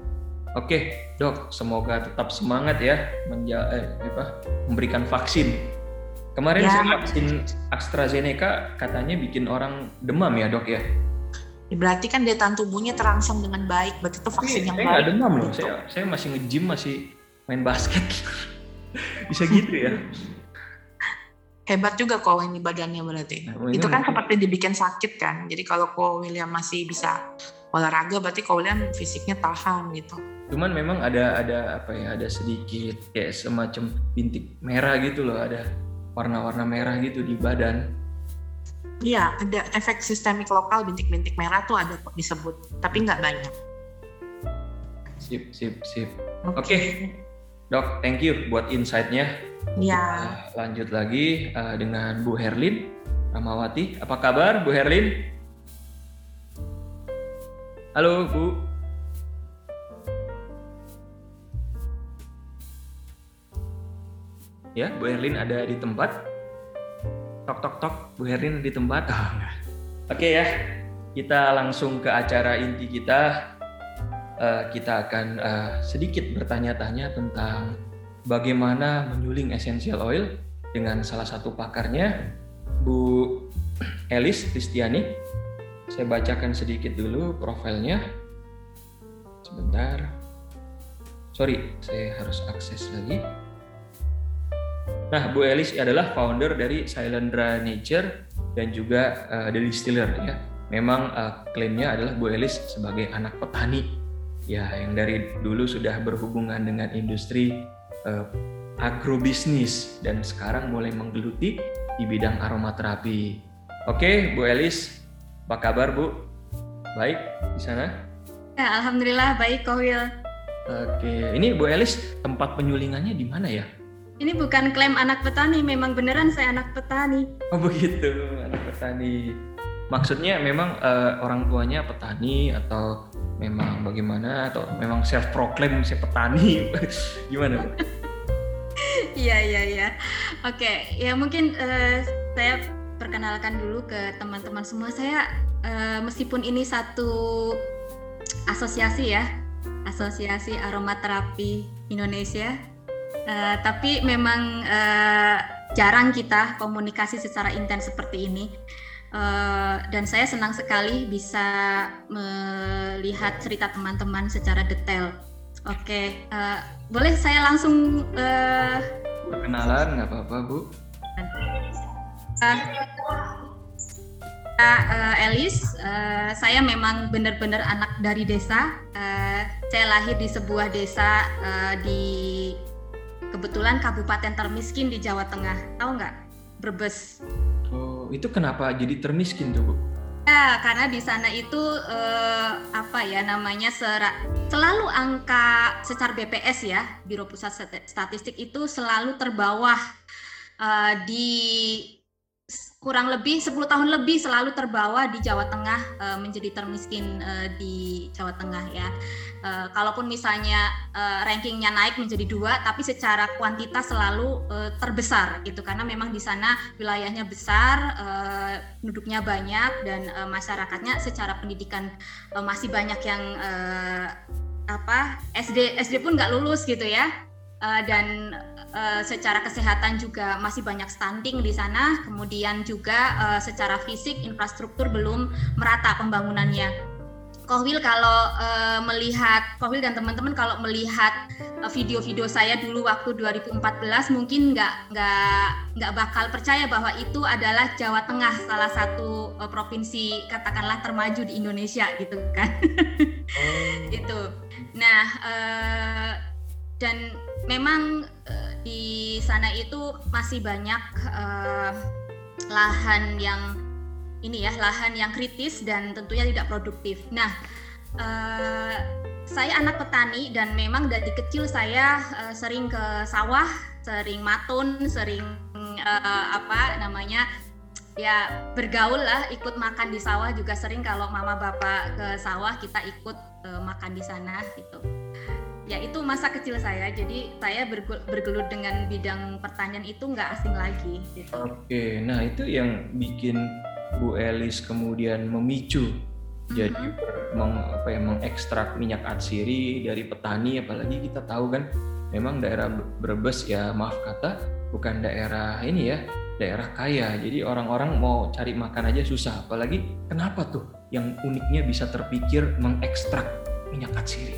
Oke, Dok, semoga tetap semangat ya menja- eh, apa, memberikan vaksin. Kemarin
Ya.
saya vaksin AstraZeneca katanya bikin orang demam ya, Dok ya?
Ya, berarti kan daya tahan tubuhnya terangsang dengan baik, berarti itu vaksin yang
Saya nggak
baik.
demam loh,
gitu.
saya saya masih nge-gym, masih main basket. Bisa gitu ya?
Hebat juga kok ini badannya berarti.
Nah,
Itu kan
mungkin-
seperti dibikin sakit kan. Jadi kalau Ko William masih bisa olahraga, berarti Ko William fisiknya tahan gitu.
Cuman memang ada ada apa ya, ada sedikit kayak semacam bintik merah gitu loh, ada warna-warna merah gitu di badan.
Iya, ada efek sistemik lokal, bintik-bintik merah tuh ada kok disebut, tapi nggak banyak.
Sip, sip, sip. Oke, Dok, thank you buat insight-nya.
Ya,
Kita lanjut lagi uh, dengan Bu Herlin Ramawati. Apa kabar, Bu Herlin? Halo, Bu. Ya, Bu Herlin ada di tempat? Tok tok tok, Bu Herlin di tempat? Oh, enggak. Oke ya, kita langsung ke acara inti kita. Uh, kita akan uh, sedikit bertanya-tanya tentang bagaimana menyuling essential oil dengan salah satu pakarnya, Bu Elis Kristiani. Saya bacakan sedikit dulu profilnya. Sebentar. Sorry, saya harus akses lagi. Nah, Bu Elis adalah founder dari Sailendra Nature dan juga uh, The Distiller ya. Memang uh, klaimnya adalah Bu Elis sebagai anak petani ya, yang dari dulu sudah berhubungan dengan industri uh, agrobisnis dan sekarang mulai menggeluti di bidang aromaterapi. Oke, Bu Elis, apa kabar, Bu? Baik di sana?
Ya, alhamdulillah baik, Ko Will.
Oke, ini Bu Elis tempat penyulingannya di mana ya?
Ini bukan klaim anak petani, memang beneran saya anak petani.
Oh begitu, anak petani. Maksudnya memang uh, orang tuanya petani atau memang bagaimana, atau memang self proclaim saya petani? Gimana, Bu?
Iya, iya, iya. Oke, ya mungkin uh, saya perkenalkan dulu ke teman-teman semua. Saya uh, meskipun ini satu asosiasi ya, Asosiasi Aromaterapi Indonesia, uh, tapi memang uh, jarang kita komunikasi secara intens seperti ini. Uh, dan saya senang sekali bisa melihat cerita teman-teman secara detail. Oke, uh, boleh saya langsung uh,
Perkenalan, nggak apa-apa, Bu.
Uh, uh, Elis, uh, saya memang benar-benar anak dari desa. Uh, saya lahir di sebuah desa uh, di kebetulan kabupaten termiskin di Jawa Tengah. Tahu nggak? Brebes.
Oh, itu kenapa jadi termiskin tuh, Bu?
Ya, karena di sana itu uh, apa ya namanya sera, selalu angka secara B P S ya, Biro Pusat Statistik itu selalu terbawah uh, di kurang lebih sepuluh tahun lebih selalu terbawah di Jawa Tengah, uh, menjadi termiskin uh, di Jawa Tengah ya. Uh, kalaupun misalnya uh, rankingnya naik menjadi dua, tapi secara kuantitas selalu uh, terbesar gitu, karena memang di sana wilayahnya besar, uh, penduduknya banyak, dan uh, masyarakatnya secara pendidikan uh, masih banyak yang uh, apa S D S D pun nggak lulus gitu ya. Uh, dan uh, secara kesehatan juga masih banyak stunting di sana, kemudian juga uh, secara fisik infrastruktur belum merata pembangunannya. Kohwil kalau uh, melihat, Kohwil dan teman-teman kalau melihat uh, video-video saya dulu waktu dua ribu empat belas mungkin nggak nggak nggak bakal percaya bahwa itu adalah Jawa Tengah, salah satu uh, provinsi katakanlah termaju di Indonesia gitu kan. Itu. Nah. Uh, Dan memang uh, di sana itu masih banyak uh, lahan yang ini ya, lahan yang kritis dan tentunya tidak produktif. Nah, uh, saya anak petani dan memang dari kecil saya uh, sering ke sawah, sering matun, sering uh, apa namanya ya bergaul lah, ikut makan di sawah juga sering. Kalau mama bapak ke sawah kita ikut uh, makan di sana gitu. Ya itu masa kecil saya, jadi saya bergelut dengan bidang pertanian itu nggak asing lagi gitu.
Oke, nah itu yang bikin Bu Elis kemudian memicu Jadi mm-hmm. meng, apa ya, mengekstrak minyak atsiri dari petani, apalagi kita tahu kan memang daerah Brebes ya maaf kata bukan daerah ini ya, daerah kaya. Jadi orang-orang mau cari makan aja susah. Apalagi kenapa tuh yang uniknya bisa terpikir mengekstrak minyak atsiri?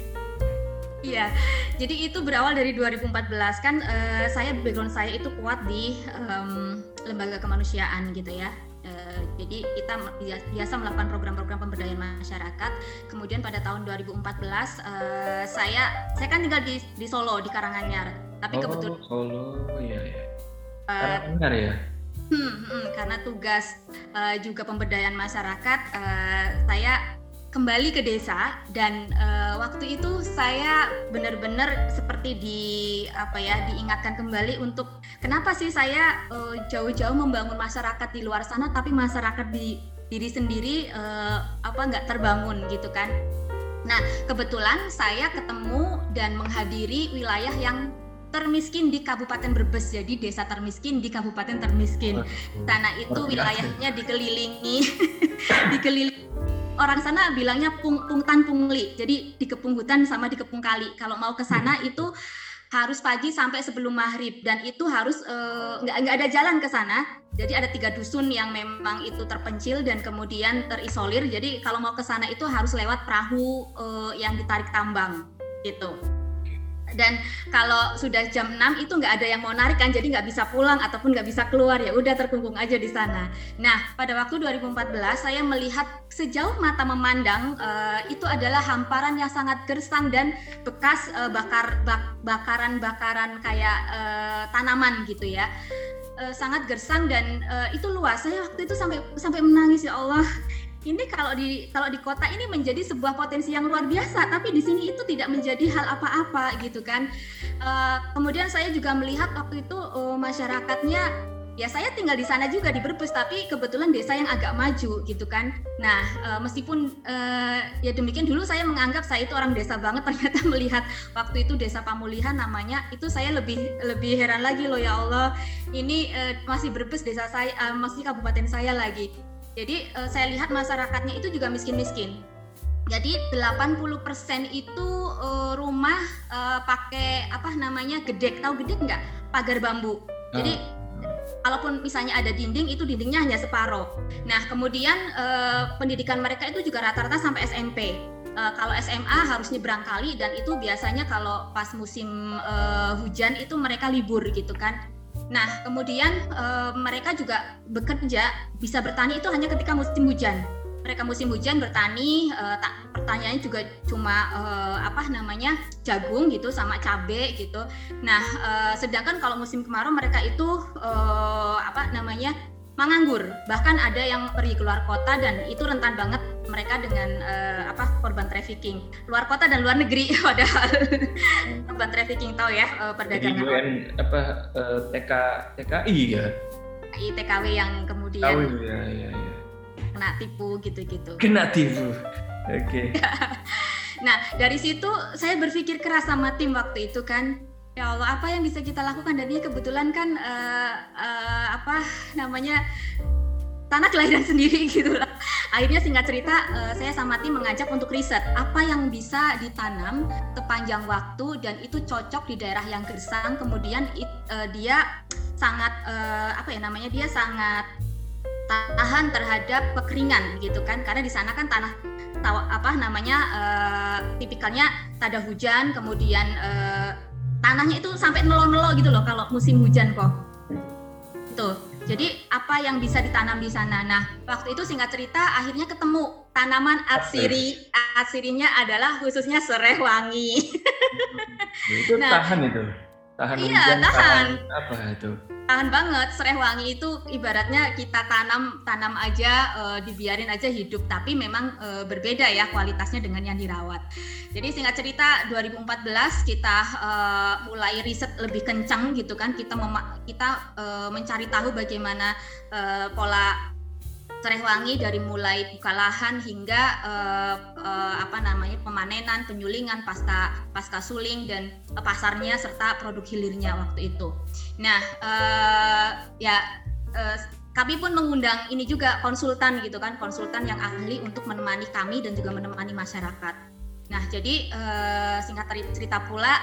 Iya, jadi itu berawal dari dua ribu empat belas kan uh, saya background saya itu kuat di um, lembaga kemanusiaan gitu ya. Uh, jadi kita biasa melakukan program-program pemberdayaan masyarakat. Kemudian pada tahun dua ribu empat belas uh, saya saya kan tinggal di di Solo di Karanganyar. Tapi
oh,
kebetulan
Solo, iya ya.
Uh,
Karanganyar ya.
Hmm, hmm, karena tugas uh, juga pemberdayaan masyarakat, uh, saya kembali ke desa dan uh, waktu itu saya benar-benar seperti di apa ya diingatkan kembali untuk kenapa sih saya uh, jauh-jauh membangun masyarakat di luar sana tapi masyarakat di diri sendiri uh, apa nggak terbangun gitu kan. Nah kebetulan saya ketemu dan menghadiri wilayah yang termiskin di Kabupaten Brebes, jadi desa termiskin di Kabupaten termiskin. Sana itu wilayahnya dikelilingi dikelilingi orang sana bilangnya pung, pungtan pungli, jadi dikepung hutan sama dikepung kali. Kalau mau ke sana itu harus pagi sampai sebelum maghrib dan itu harus nggak uh, nggak ada jalan ke sana. Jadi ada tiga dusun yang memang itu terpencil dan kemudian terisolir. Jadi kalau mau ke sana itu harus lewat perahu uh, yang ditarik tambang gitu. Dan kalau sudah jam enam itu nggak ada yang mau narik kan, jadi nggak bisa pulang ataupun nggak bisa keluar, ya udah terkungkung aja di sana. Nah pada waktu dua ribu empat belas saya melihat sejauh mata memandang uh, itu adalah hamparan yang sangat gersang dan bekas uh, bakar bak, bakaran-bakaran kayak uh, tanaman gitu ya, uh, sangat gersang dan uh, itu luas. Saya waktu itu sampai sampai menangis, ya Allah. Ini kalau di kalau di kota ini menjadi sebuah potensi yang luar biasa, tapi di sini itu tidak menjadi hal apa-apa gitu kan. Uh, kemudian saya juga melihat waktu itu uh, masyarakatnya, ya saya tinggal di sana juga di Brebes, tapi kebetulan desa yang agak maju gitu kan. Nah uh, meskipun uh, ya demikian dulu saya menganggap saya itu orang desa banget, ternyata melihat waktu itu desa Pamulihan namanya, itu saya lebih lebih heran lagi loh, ya Allah. Ini uh, masih Brebes desa saya, uh, masih kabupaten saya lagi. Jadi uh, saya lihat masyarakatnya itu juga miskin-miskin. Jadi delapan puluh persen itu uh, rumah uh, pakai apa namanya gedek, tahu gedek nggak? Pagar bambu. Jadi kalaupun misalnya ada dinding, itu dindingnya hanya separuh. Nah kemudian uh, pendidikan mereka itu juga rata-rata sampai S M P. Uh, kalau S M A harus nyebrang kali dan itu biasanya kalau pas musim uh, hujan itu mereka libur gitu kan. Nah, kemudian e, mereka juga bekerja, bisa bertani itu hanya ketika musim hujan. Mereka musim hujan bertani, e, tak, pertanyaannya juga cuma e, apa namanya jagung gitu sama cabai gitu. Nah, e, sedangkan kalau musim kemarau mereka itu e, apa namanya menganggur. Bahkan ada yang pergi keluar kota dan itu rentan banget mereka dengan uh, apa korban trafficking luar kota dan luar negeri, padahal korban trafficking tahu ya uh, perdagangan.
Jadi U N apa uh, T K T K I ya?
T K W yang kemudian
tahu ya ya ya.
Kena tipu gitu-gitu.
Kena tipu. Oke. Okay.
Nah dari situ saya berpikir keras sama tim waktu itu kan. Ya Allah, apa yang bisa kita lakukan? Dan ini kebetulan kan uh, uh, apa namanya tanah kelahiran sendiri gitu lah. Akhirnya singkat cerita uh, saya sama tim mengajak untuk riset apa yang bisa ditanam sepanjang waktu dan itu cocok di daerah yang gersang. Kemudian it, uh, dia sangat uh, apa ya namanya dia sangat tahan terhadap kekeringan gitu kan, karena di sana kan tanah tawa, apa namanya uh, tipikalnya tak ada hujan, kemudian uh, tanahnya itu sampai nelo-nelo gitu loh kalau musim hujan kok. Tuh. Jadi apa yang bisa ditanam di sana? Nah, waktu itu singkat cerita akhirnya ketemu tanaman atsiri. Atsirinya adalah khususnya serai wangi.
Itu nah, tahan itu. Tahan
iya,
hujan,
tahan.
tahan apa itu?
Tahan banget. Serai wangi itu ibaratnya kita tanam tanam aja, e, dibiarin aja hidup, tapi memang e, berbeda ya kualitasnya dengan yang dirawat. Jadi singkat cerita dua ribu empat belas kita uh, mulai riset lebih kencang gitu kan, kita mema- kita uh, mencari tahu bagaimana uh, pola serai wangi dari mulai buka lahan hingga uh, uh, apa namanya pemanenan, penyulingan, pasca pasca suling dan uh, pasarnya serta produk hilirnya waktu itu. Nah uh, ya uh, kami pun mengundang ini juga konsultan gitu kan, konsultan yang ahli untuk menemani kami dan juga menemani masyarakat. Nah, jadi uh, singkat cerita pula,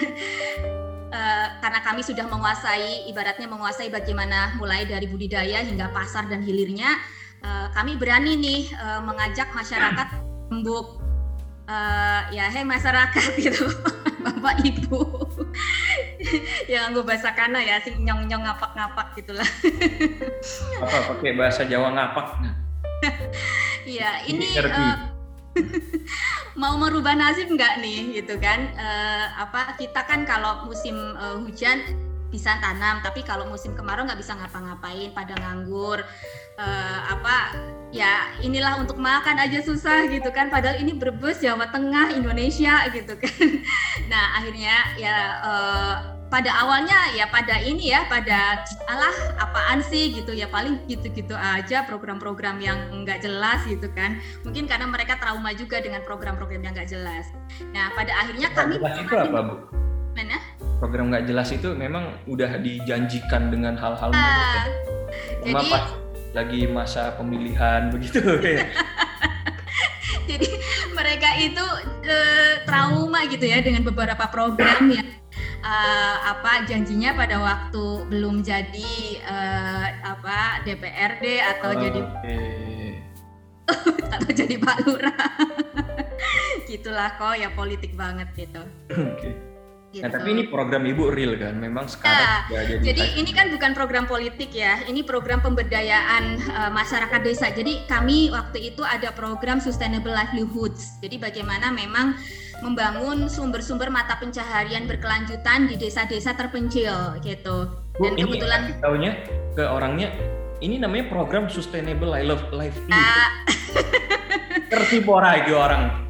uh, karena kami sudah menguasai, ibaratnya menguasai bagaimana mulai dari budidaya hingga pasar dan hilirnya, uh, kami berani nih uh, mengajak masyarakat rembuk. Uh, ya, hei masyarakat gitu, Bapak Ibu, yang gue bahasa kana ya, sing nyong-nyong ngapak-ngapak gitulah.
Apa pakai bahasa Jawa ngapak?
Iya, ini uh, mau merubah nasib nggak nih, gitu kan? Uh, apa kita kan kalau musim uh, hujan bisa tanam, tapi kalau musim kemarau nggak bisa ngapa-ngapain, pada nganggur. Uh, apa ya inilah untuk makan aja susah gitu kan, padahal ini Brebes, Jawa Tengah, Indonesia gitu kan. Nah akhirnya ya uh, pada awalnya ya pada ini ya pada alah apaan sih gitu ya, paling gitu-gitu aja program-program yang nggak jelas gitu kan, mungkin karena mereka trauma juga dengan program-program yang nggak jelas. Nah pada akhirnya kami
itu apa Bu?
Mana?
Program nggak jelas itu memang udah dijanjikan dengan hal-hal
uh,
jadi pas lagi masa pemilihan begitu ya.
Jadi mereka itu uh, trauma gitu ya dengan beberapa program yang uh, apa janjinya pada waktu belum jadi uh, apa D P R D atau oh, jadi okay. atau jadi Pak Lurah. Gitulah kok ya, politik banget gitu. Oke. Okay. Gitu.
Nah tapi ini program Ibu real kan, memang sekarang
ya, jadi, jadi ini kan bukan program politik ya, ini program pemberdayaan uh, masyarakat desa. Jadi kami waktu itu ada program Sustainable Livelihoods, jadi bagaimana memang membangun sumber-sumber mata pencaharian berkelanjutan di desa-desa terpencil gitu. Dan
Bu,
kebetulan
ini taunya ke orangnya, ini namanya program Sustainable Livelihood.
Uh,
Tertipu lagi orang.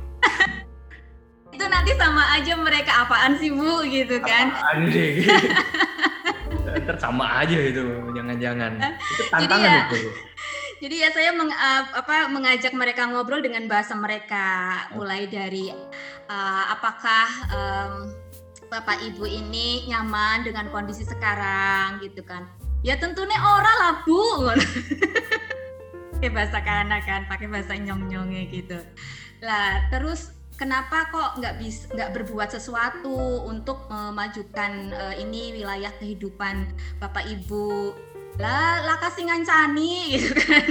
Itu nanti sama aja mereka, apaan sih Bu gitu kan.
Apaan sih gitu. Ntar sama aja itu, jangan-jangan itu tantangan. Jadi ya, itu
jadi ya saya meng, uh, apa, mengajak mereka ngobrol dengan bahasa mereka, mulai dari uh, apakah um, Bapak Ibu ini nyaman dengan kondisi sekarang gitu kan. Ya tentunya ora lah Bu. Pakai bahasa kana kan, pakai bahasa nyong-nyongnya gitu. Lah terus kenapa kok nggak bisa nggak berbuat sesuatu untuk memajukan uh, ini wilayah kehidupan Bapak Ibu? Lah lah kasih ngancani gitu kan.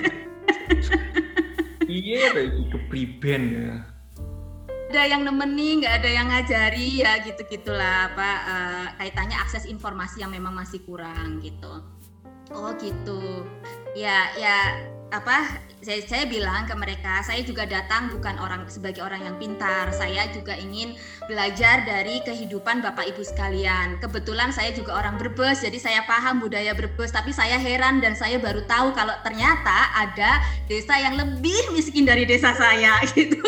Iya, itu kepriben ya.
Ada yang nemeni, nggak ada yang ngajari ya gitu-gitulah apa uh, kaitannya akses informasi yang memang masih kurang gitu. Oh gitu. Ya ya apa saya, saya bilang ke mereka, saya juga datang bukan orang sebagai orang yang pintar, saya juga ingin belajar dari kehidupan Bapak Ibu sekalian. Kebetulan saya juga orang Brebes, jadi saya paham budaya Brebes, tapi saya heran dan saya baru tahu kalau ternyata ada desa yang lebih miskin dari desa saya gitu.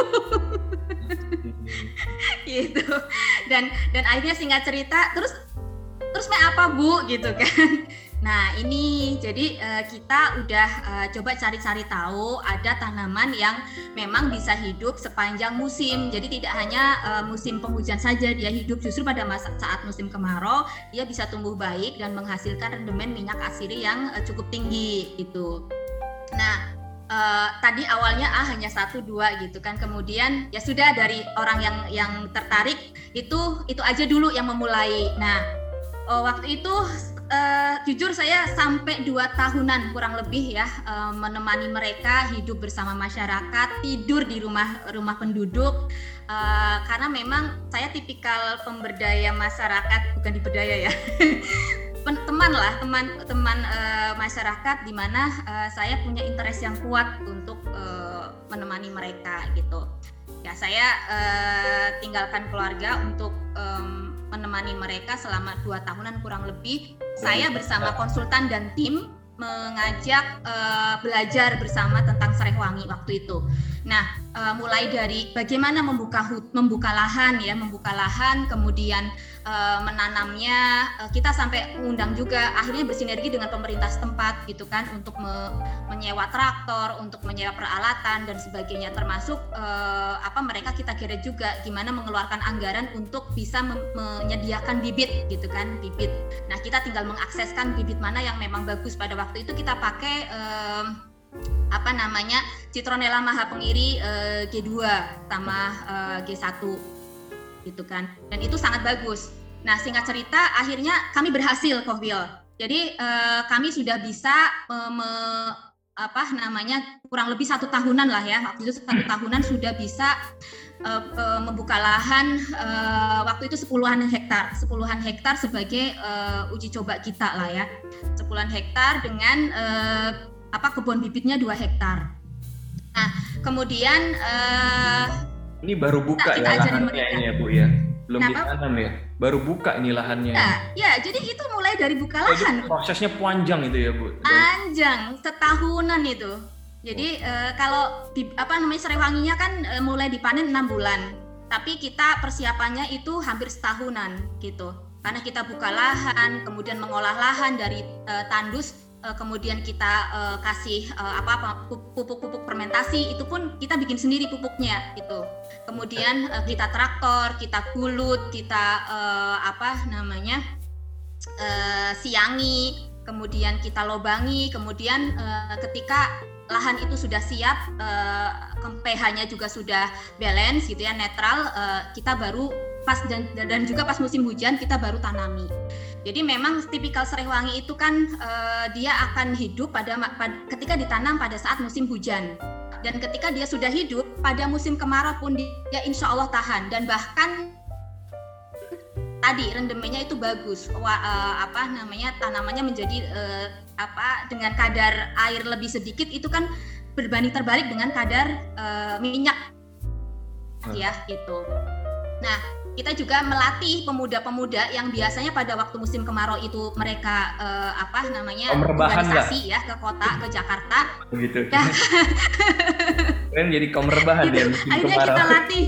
Gitu. Dan dan akhirnya singkat cerita, terus terus me apa Bu gitu kan. Nah ini jadi uh, kita udah uh, coba cari-cari tahu ada tanaman yang memang bisa hidup sepanjang musim. Jadi tidak hanya uh, musim penghujan saja dia hidup, justru pada masa saat musim kemarau dia bisa tumbuh baik dan menghasilkan rendemen minyak asiri yang uh, cukup tinggi gitu. Nah uh, tadi awalnya ah hanya satu dua gitu kan, kemudian ya sudah dari orang yang yang tertarik itu itu aja dulu yang memulai. Nah uh, waktu itu Uh, jujur saya sampai dua tahunan kurang lebih ya uh, menemani mereka hidup bersama masyarakat, tidur di rumah rumah penduduk uh, karena memang saya tipikal pemberdaya masyarakat, bukan diberdaya ya. teman lah teman-teman uh, masyarakat di mana uh, saya punya interest yang kuat untuk uh, menemani mereka gitu. Ya saya uh, tinggalkan keluarga untuk um, menemani mereka selama dua tahunan kurang lebih. Saya bersama konsultan dan tim mengajak uh, belajar bersama tentang Sereh Wangi waktu itu. Nah, uh, mulai dari bagaimana membuka membuka lahan ya, membuka lahan, kemudian uh, menanamnya, uh, kita sampai undang juga akhirnya bersinergi dengan pemerintah setempat gitu kan untuk me- menyewa traktor, untuk menyewa peralatan dan sebagainya, termasuk uh, apa mereka kita kira juga gimana mengeluarkan anggaran untuk bisa mem- menyediakan bibit gitu kan, bibit. Nah, kita tinggal mengakseskan bibit mana yang memang bagus. Pada waktu itu kita pakai um, apa namanya Citronella Mahapengiri uh, G dua sama uh, G satu gitu kan, dan itu sangat bagus. Nah, singkat cerita akhirnya kami berhasil Kohwil. Jadi uh, kami sudah bisa uh, me, apa namanya kurang lebih satu tahunan lah ya, waktu itu satu tahunan sudah bisa uh, uh, membuka lahan uh, waktu itu sepuluhan hektar, sepuluhan hektar sebagai uh, uji coba kita lah ya, sepuluhan hektar dengan uh, apa kebun bibitnya dua hektar. Nah, kemudian uh,
ini baru buka ya lahannya ini ya Bu ya, belum ditanam ya, baru buka ini lahannya.
Ya, ya, jadi itu mulai dari buka lahan.
Jadi prosesnya panjang itu ya Bu.
Panjang, setahunan itu. Jadi uh, kalau apa namanya serai wanginya kan uh, mulai dipanen enam bulan, tapi kita persiapannya itu hampir setahunan gitu. Karena kita buka lahan, kemudian mengolah lahan dari uh, tandus. Kemudian kita uh, kasih uh, apa pupuk-pupuk fermentasi, itu pun kita bikin sendiri pupuknya gitu. Kemudian uh, kita traktor, kita gulut, kita uh, apa namanya uh, siangi, kemudian kita lobangi, kemudian uh, ketika lahan itu sudah siap, uh, pH-nya juga sudah balance gitu ya, netral, uh, kita baru pas dan, dan juga pas musim hujan kita baru tanami. Jadi memang tipikal serai wangi itu kan uh, dia akan hidup pada, pada ketika ditanam pada saat musim hujan, dan ketika dia sudah hidup pada musim kemarau pun dia insya Allah tahan, dan bahkan tadi rendemennya itu bagus. Wah, uh, apa namanya tanamannya menjadi uh, apa dengan kadar air lebih sedikit itu kan berbanding terbalik dengan kadar uh, minyak hmm. ya gitu. Nah, kita juga melatih pemuda-pemuda yang biasanya pada waktu musim kemarau itu mereka eh, apa namanya urbanisasi ya ke kota, ke Jakarta.
Begitu. Nah. Keren jadi kaum rebahan ya musim
akhirnya
kemarau.
Kita latih.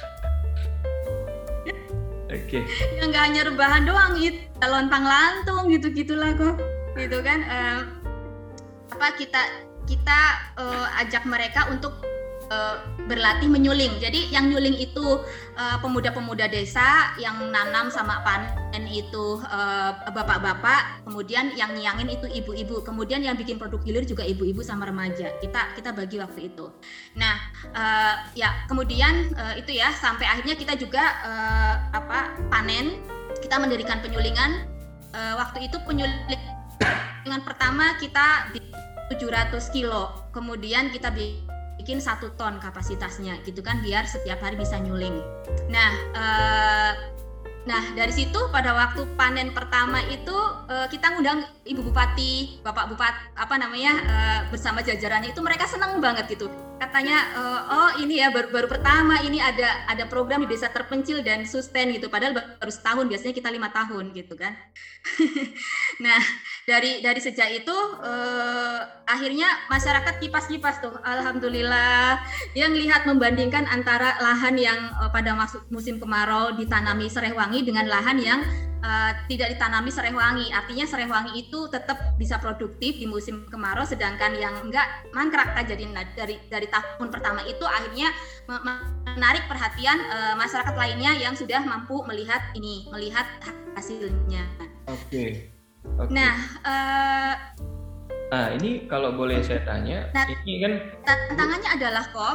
Oke. Okay.
Yang nggak hanya rebahan doang, itu lontang lantung gitu-gitulah kok, gitu kan. Eh, apa kita kita eh, ajak mereka untuk berlatih menyuling. Jadi yang nyuling itu uh, pemuda-pemuda desa, yang nanam sama panen itu uh, bapak-bapak, kemudian yang nyiyangin itu ibu-ibu, kemudian yang bikin produk hilir juga ibu-ibu sama remaja. Kita kita bagi waktu itu. Nah, uh, ya kemudian uh, itu ya sampai akhirnya kita juga uh, apa panen, kita mendirikan penyulingan. Uh, waktu itu penyulingan pertama kita tujuh ratus kilo, kemudian kita bikin bikin satu ton kapasitasnya gitu kan, biar setiap hari bisa nyuling. Nah, eh, nah dari situ pada waktu panen pertama itu eh, kita ngundang Ibu Bupati, Bapak Bupati, apa namanya eh, bersama jajarannya itu, mereka senang banget gitu. Katanya eh, oh ini ya baru baru pertama ini ada ada program di desa terpencil dan sustain gitu. Padahal baru setahun, biasanya kita lima tahun gitu kan. Nah, dari dari sejak itu eh, akhirnya masyarakat kipas-kipas tuh, alhamdulillah, yang lihat membandingkan antara lahan yang eh, pada musim kemarau ditanami serai wangi dengan lahan yang eh, tidak ditanami serai wangi. Artinya serai wangi itu tetap bisa produktif di musim kemarau, sedangkan yang enggak mangkrak kan. Jadi dari dari tahun pertama itu akhirnya menarik perhatian eh, masyarakat lainnya yang sudah mampu melihat ini, melihat hasilnya.
Oke. Okay. Okay.
Nah, uh,
nah ini kalau boleh saya tanya, nah, ini kan
tantangannya adalah kok.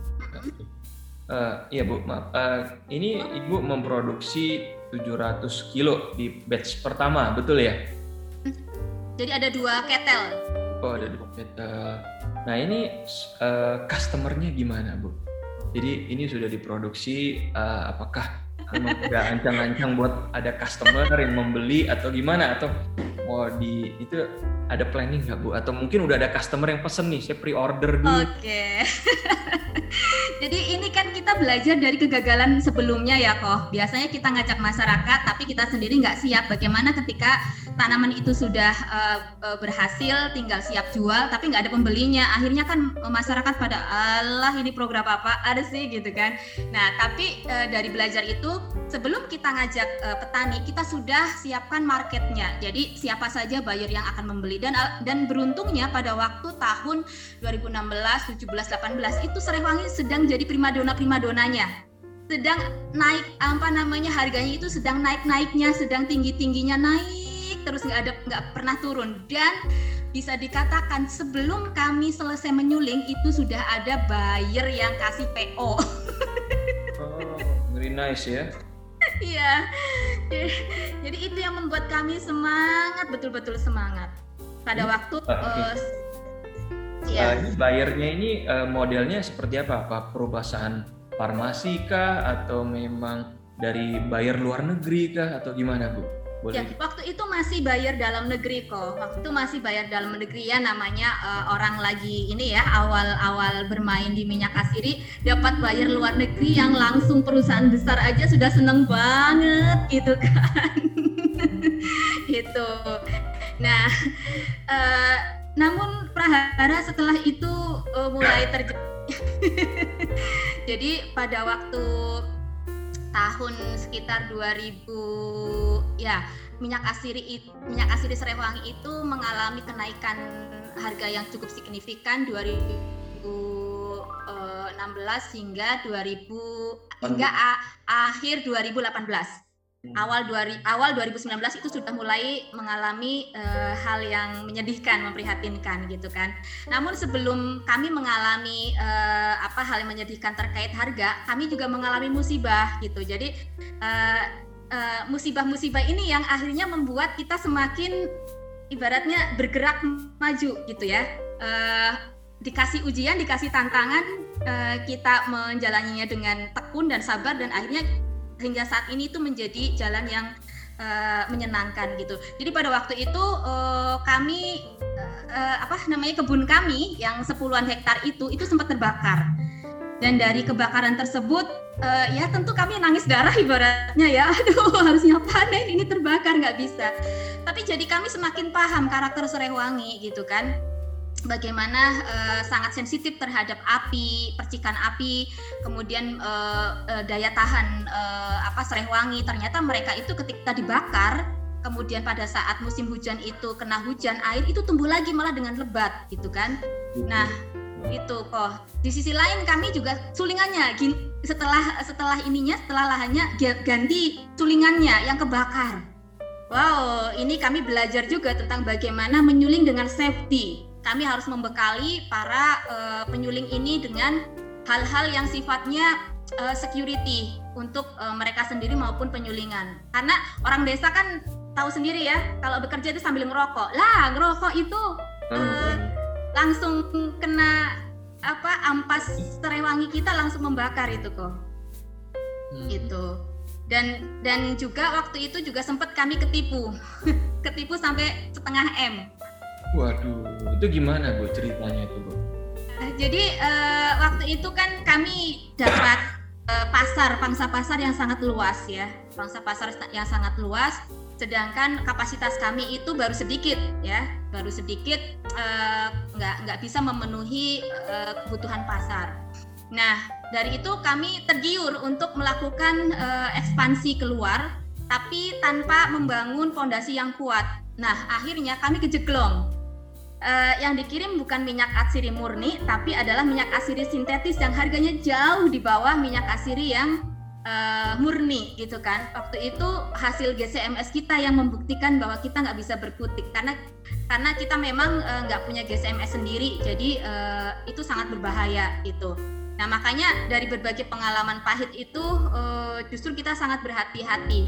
Uh, iya Bu, maaf. Uh, ini Ibu memproduksi tujuh ratus kilo di batch pertama, betul ya?
Jadi ada dua ketel.
Oh, ada dua ketel. Nah ini uh, customernya gimana Bu? Jadi ini sudah diproduksi, uh, apakah memang udah ancang-ancang buat ada customer yang membeli atau gimana, atau mau di itu ada planning nggak Bu? Atau mungkin udah ada customer yang pesen nih, saya pre-order dulu.
Oke. Jadi ini kan kita belajar dari kegagalan sebelumnya ya Koh. Biasanya kita ngajak masyarakat, tapi kita sendiri nggak siap. Bagaimana ketika tanaman itu sudah uh, uh, berhasil, tinggal siap jual, tapi nggak ada pembelinya. Akhirnya kan masyarakat pada, Allah ini program apa ada sih gitu kan. Nah tapi uh, dari belajar itu, sebelum kita ngajak uh, petani, kita sudah siapkan marketnya. Jadi siapa saja buyer yang akan membeli. Dan dan beruntungnya pada waktu tahun dua ribu enam belas, tujuh belas, delapan belas itu Serehwangi sedang jadi primadona-primadonanya. Sedang naik apa namanya harganya itu sedang naik-naiknya, sedang tinggi-tingginya naik terus nggak ada nggak pernah turun. Dan bisa dikatakan sebelum kami selesai menyuling itu sudah ada buyer yang kasih P O.
Oh, very nice ya.
Iya. Jadi itu yang membuat kami semangat, betul-betul semangat. Pada waktu uh,
ya. uh, bayarnya ini uh, modelnya seperti apa? Apa perusahaan farmasi kah atau memang dari buyer luar negeri kah atau gimana Bu? Boleh.
Ya, waktu itu masih bayar dalam negeri kok. Waktu itu masih bayar dalam negeri ya, namanya uh, orang lagi ini ya awal-awal bermain di minyak asiri dapat bayar luar negeri yang langsung perusahaan besar aja sudah seneng banget gitu kan. Gitu. Nah, uh, namun prahara setelah itu uh, mulai terjadi. Jadi pada waktu tahun sekitar dua ribu ya minyak asiri minyak asiri Serehwangi itu mengalami kenaikan harga yang cukup signifikan dua ribu enam belas hingga dua ribu hingga a, akhir dua ribu delapan belas. Awal dua, awal dua ribu sembilan belas itu sudah mulai mengalami uh, hal yang menyedihkan, memprihatinkan gitu kan. Namun sebelum kami mengalami uh, apa hal yang menyedihkan terkait harga, kami juga mengalami musibah gitu. Jadi uh, uh, musibah-musibah ini yang akhirnya membuat kita semakin ibaratnya bergerak maju gitu ya. Uh, dikasih ujian, dikasih tantangan, uh, kita menjalaninya dengan tekun dan sabar dan akhirnya hingga saat ini itu menjadi jalan yang uh, menyenangkan gitu. Jadi pada waktu itu uh, kami uh, apa namanya kebun kami yang sepuluhan hektar itu itu sempat terbakar. Dan dari kebakaran tersebut uh, ya tentu kami nangis darah ibaratnya ya. Aduh harusnya panen ini terbakar nggak bisa. Tapi jadi kami semakin paham karakter Serehwangi gitu kan. Bagaimana uh, sangat sensitif terhadap api, percikan api, kemudian uh, uh, daya tahan uh, apa Serehwangi. Ternyata mereka itu ketika dibakar, kemudian pada saat musim hujan itu kena hujan, air itu tumbuh lagi malah dengan lebat gitu kan. Nah itu kok. Di sisi lain kami juga sulingannya setelah setelah ininya setelah lahannya ganti sulingannya yang kebakar. Wow, ini kami belajar juga tentang bagaimana menyuling dengan safety. Kami harus membekali para uh, penyuling ini dengan hal-hal yang sifatnya uh, security untuk uh, mereka sendiri maupun penyulingan. Karena orang desa kan tahu sendiri ya, kalau bekerja itu sambil ngerokok. Lah, ngerokok itu uh, langsung kena apa ampas Serehwangi kita langsung membakar itu kok. Hmm. Gitu. Dan dan juga waktu itu juga sempat kami ketipu. Ketipu sampai setengah M.
Waduh, itu gimana Bu ceritanya itu Bu?
Jadi uh, waktu itu kan kami dapat uh, pasar, pangsa pasar yang sangat luas ya, pangsa pasar yang sangat luas, sedangkan kapasitas kami itu baru sedikit ya, baru sedikit uh, nggak nggak bisa memenuhi uh, kebutuhan pasar. Nah dari itu kami tergiur untuk melakukan uh, ekspansi keluar, tapi tanpa membangun fondasi yang kuat. Nah akhirnya kami kejeglong. Uh, yang dikirim bukan minyak asiri murni, tapi adalah minyak asiri sintetis yang harganya jauh di bawah minyak asiri yang uh, murni gitu kan. Waktu itu hasil G C M S kita yang membuktikan bahwa kita nggak bisa berkutik karena karena kita memang uh, nggak punya G C M S sendiri, jadi uh, itu sangat berbahaya gitu. Nah makanya dari berbagai pengalaman pahit itu uh, justru kita sangat berhati-hati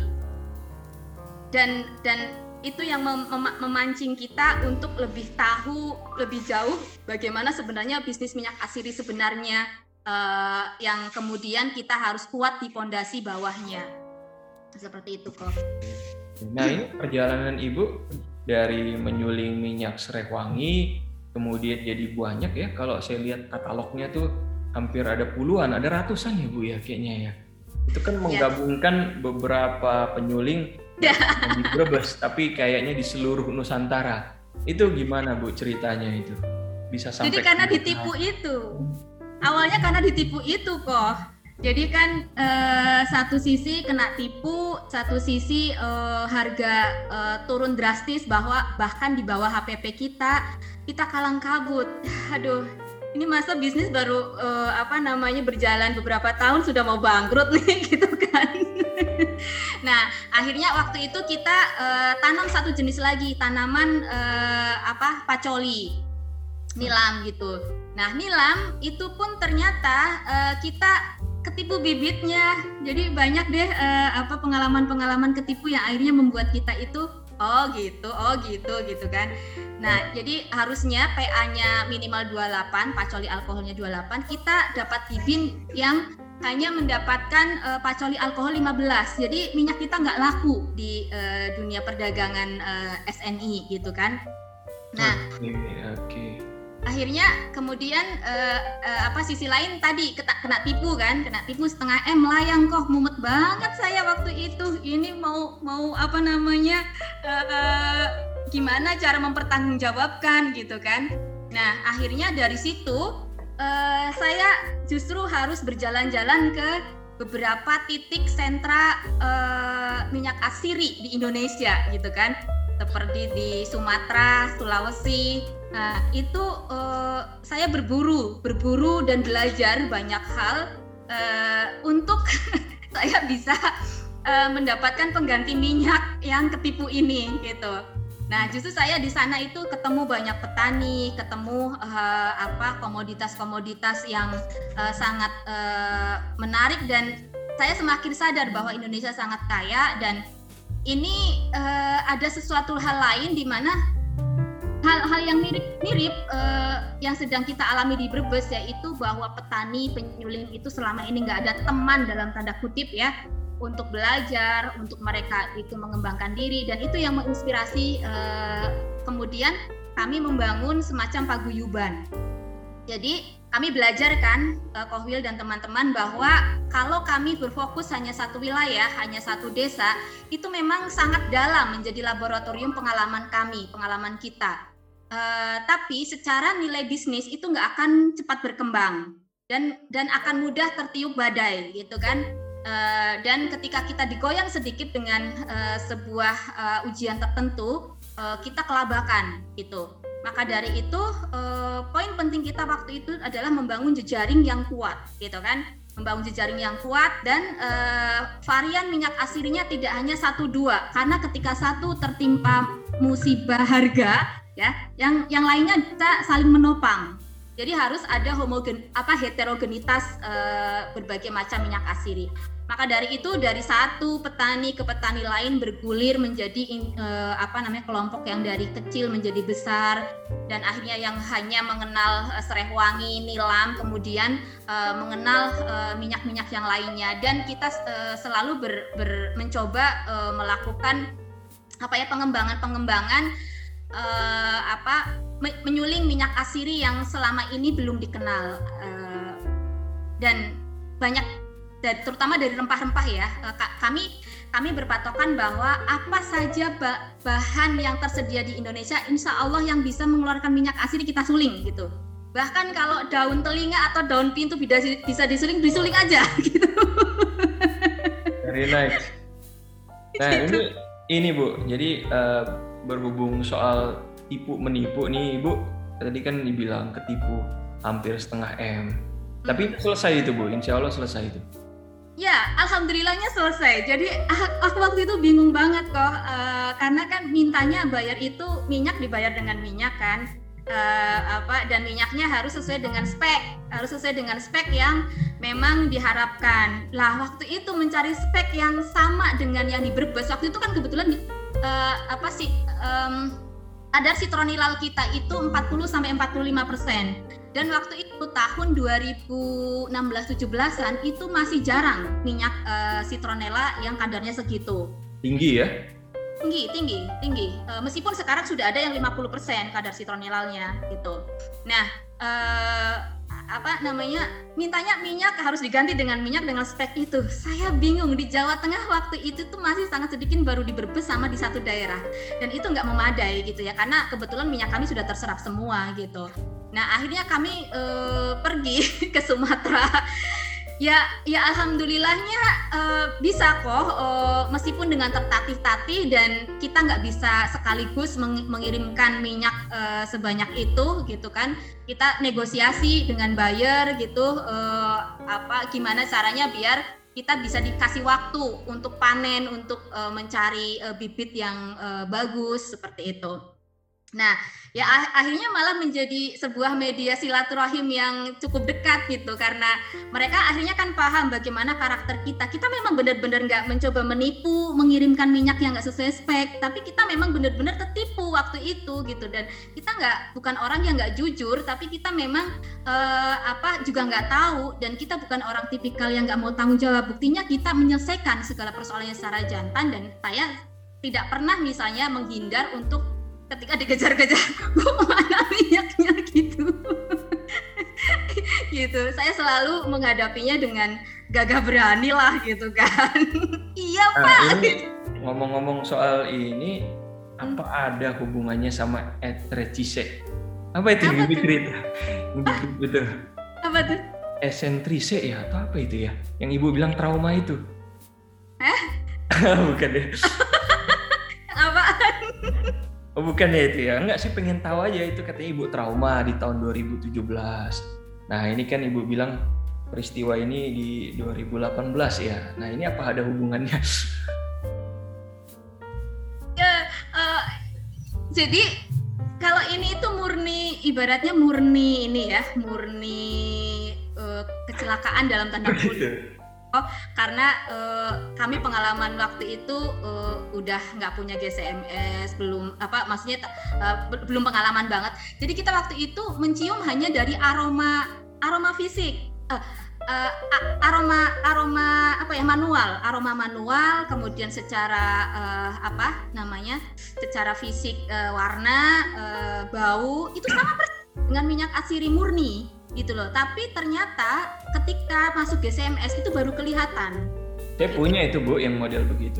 dan dan itu yang mem- mem- memancing kita untuk lebih tahu lebih jauh bagaimana sebenarnya bisnis minyak asiri sebenarnya uh, yang kemudian kita harus kuat di fondasi bawahnya seperti itu kok.
Nah ini perjalanan Ibu dari menyuling minyak serai wangi, kemudian jadi banyak ya. Kalau saya lihat katalognya tuh hampir ada puluhan, ada ratusan ya Bu ya kayaknya ya. Itu kan menggabungkan beberapa penyuling
Ya.
di Brebes, tapi kayaknya di seluruh Nusantara. Itu gimana Bu ceritanya itu? Bisa sampai
Jadi karena ditipu itu. Awalnya karena ditipu itu kok. Jadi kan eh, satu sisi kena tipu, satu sisi eh, harga eh, turun drastis, bahwa bahkan di bawah H P P kita, kita kalang kabut. Aduh, ini masa bisnis baru eh, apa namanya berjalan beberapa tahun sudah mau bangkrut nih gitu kan. Nah, akhirnya waktu itu kita eh, tanam satu jenis lagi, tanaman eh, apa pacoli, nilam gitu. Nah, nilam itu pun ternyata uh, kita ketipu bibitnya. Jadi banyak deh uh, apa pengalaman-pengalaman ketipu yang akhirnya membuat kita itu oh gitu, oh gitu gitu kan. Nah, jadi harusnya P A-nya minimal dua puluh delapan, pacoli alkoholnya dua puluh delapan, kita dapat bibit yang hanya mendapatkan uh, pacoli alkohol lima belas. Jadi minyak kita nggak laku di uh, dunia perdagangan uh, S N I gitu kan. Nah,
oke, okay, okay.
Akhirnya kemudian uh, uh, apa sisi lain tadi kena, kena tipu kan, kena tipu setengah M, layang kok, mumet banget saya waktu itu. Ini mau mau apa namanya uh, uh, gimana cara mempertanggungjawabkan gitu kan. Nah, akhirnya dari situ uh, saya justru harus berjalan-jalan ke beberapa titik sentra uh, minyak asiri di Indonesia gitu kan, seperti di Sumatera, Sulawesi. Nah, itu uh, saya berburu, berburu dan belajar banyak hal uh, untuk saya bisa uh, mendapatkan pengganti minyak yang ketipu ini gitu. Nah, justru saya di sana itu ketemu banyak petani, ketemu uh, apa komoditas-komoditas yang uh, sangat uh, menarik, dan saya semakin sadar bahwa Indonesia sangat kaya, dan ini uh, ada sesuatu hal lain di mana hal-hal yang mirip-mirip uh, yang sedang kita alami di Brebes, yaitu bahwa petani penyuling itu selama ini nggak ada teman dalam tanda kutip ya untuk belajar, untuk mereka itu mengembangkan diri, dan itu yang menginspirasi uh, kemudian kami membangun semacam paguyuban. Jadi kami belajar kan, uh, Kohwil dan teman-teman, bahwa kalau kami berfokus hanya satu wilayah, hanya satu desa, itu memang sangat dalam menjadi laboratorium pengalaman kami, pengalaman kita. Uh, tapi secara nilai bisnis itu nggak akan cepat berkembang dan dan akan mudah tertiup badai gitu kan. Uh, dan ketika kita digoyang sedikit dengan uh, sebuah uh, ujian tertentu, uh, kita kelabakan gitu. Maka dari itu uh, poin penting kita waktu itu adalah membangun jejaring yang kuat gitu kan, membangun jejaring yang kuat, dan uh, varian minyak asirinya tidak hanya satu dua, karena ketika satu tertimpa musibah harga ya, yang yang lainnya bisa saling menopang. Jadi harus ada homogen apa heterogenitas uh, berbagai macam minyak asiri. Maka dari itu dari satu petani ke petani lain bergulir menjadi uh, apa namanya kelompok yang dari kecil menjadi besar, dan akhirnya yang hanya mengenal uh, serai wangi, nilam, kemudian uh, mengenal uh, minyak-minyak yang lainnya, dan kita uh, selalu ber, ber, mencoba uh, melakukan apa ya pengembangan-pengembangan Uh, apa menyuling minyak asiri yang selama ini belum dikenal, uh, dan banyak dan terutama dari rempah-rempah ya. Uh, kami kami berpatokan bahwa apa saja bahan yang tersedia di Indonesia, insya Allah yang bisa mengeluarkan minyak asiri kita suling gitu. Bahkan kalau daun telinga atau daun pintu bisa bisa disuling, disuling aja gitu.
Very nice. Nah ini ini Bu, jadi uh, berhubung soal tipu menipu nih Ibu, tadi kan dibilang ketipu hampir setengah M, tapi hmm. selesai itu Bu, insya Allah selesai itu.
Ya, alhamdulillahnya selesai. Jadi aku waktu itu bingung banget kok, uh, karena kan mintanya bayar itu minyak dibayar dengan minyak kan, uh, apa dan minyaknya harus sesuai dengan spek, harus sesuai dengan spek yang memang diharapkan. Lah waktu itu mencari spek yang sama dengan yang di Brebes, waktu itu kan kebetulan uh, apa sih um, kadar citronilal kita itu empat puluh sampai empat puluh lima persen. Dan waktu itu tahun dua ribu enam belas tujuh belasan itu masih jarang minyak uh, citronella yang kadarnya segitu.
Tinggi ya?
tinggi, tinggi, tinggi. Uh, meskipun sekarang sudah ada yang lima puluh persen kadar citronellalnya gitu. Nah, uh, apa namanya? Mintanya minyak harus diganti dengan minyak dengan spek itu. Saya bingung, di Jawa Tengah waktu itu tuh masih sangat sedikit, baru di Brebes sama di satu daerah. Dan itu nggak memadai gitu ya, karena kebetulan minyak kami sudah terserap semua gitu. Nah, akhirnya kami uh, pergi ke Sumatera. Ya, ya alhamdulillahnya uh, bisa kok, uh, meskipun dengan tertatih-tatih dan kita nggak bisa sekaligus meng- mengirimkan minyak uh, sebanyak itu gitu kan. Kita negosiasi dengan buyer gitu, uh, apa gimana caranya biar kita bisa dikasih waktu untuk panen, untuk uh, mencari uh, bibit yang uh, bagus seperti itu. Nah, ya akhirnya malah menjadi sebuah media silaturahim yang cukup dekat gitu, karena mereka akhirnya kan paham bagaimana karakter kita. Kita memang benar-benar nggak mencoba menipu, mengirimkan minyak yang nggak sesuai spek, tapi kita memang benar-benar tertipu waktu itu gitu. Dan kita nggak, bukan orang yang nggak jujur, tapi kita memang eh, apa juga nggak tahu, dan kita bukan orang tipikal yang nggak mau tanggung jawab. Buktinya kita menyelesaikan segala persoalannya secara jantan, dan saya tidak pernah misalnya menghindar untuk ketika dikejar-kejar, bu mana minyaknya gitu. Gitu, saya selalu menghadapinya dengan gagah berani lah gitu kan. Iya
nah,
Pak.
Ini, ngomong-ngomong soal ini, apa hmm. ada hubungannya sama etrecise? Apa itu yang cerita? Betul.
Apa tuh?
Esentrise ya atau apa itu ya? Yang ibu bilang trauma itu?
Eh?
Bukan deh.
Apaan?
Oh bukan ya itu ya, enggak sih, pengen tahu aja. Itu katanya ibu trauma di tahun dua ribu tujuh belas. Nah ini kan ibu bilang peristiwa ini di dua ribu delapan belas ya. Nah ini apa ada hubungannya?
Ya, uh, jadi kalau ini itu murni, ibaratnya murni ini ya, murni uh, kecelakaan dalam tanda kutip. Oh, karena uh, kami pengalaman waktu itu uh, udah nggak punya G C M S, belum apa maksudnya uh, belum pengalaman banget. Jadi kita waktu itu mencium hanya dari aroma aroma fisik, uh, uh, aroma aroma apa ya manual, aroma manual. Kemudian secara uh, apa namanya, secara fisik uh, warna, uh, bau itu sama persis dengan minyak atsiri murni gitu loh. Tapi ternyata ketika masuk G C M S itu baru kelihatan.
Saya punya itu Bu yang model begitu.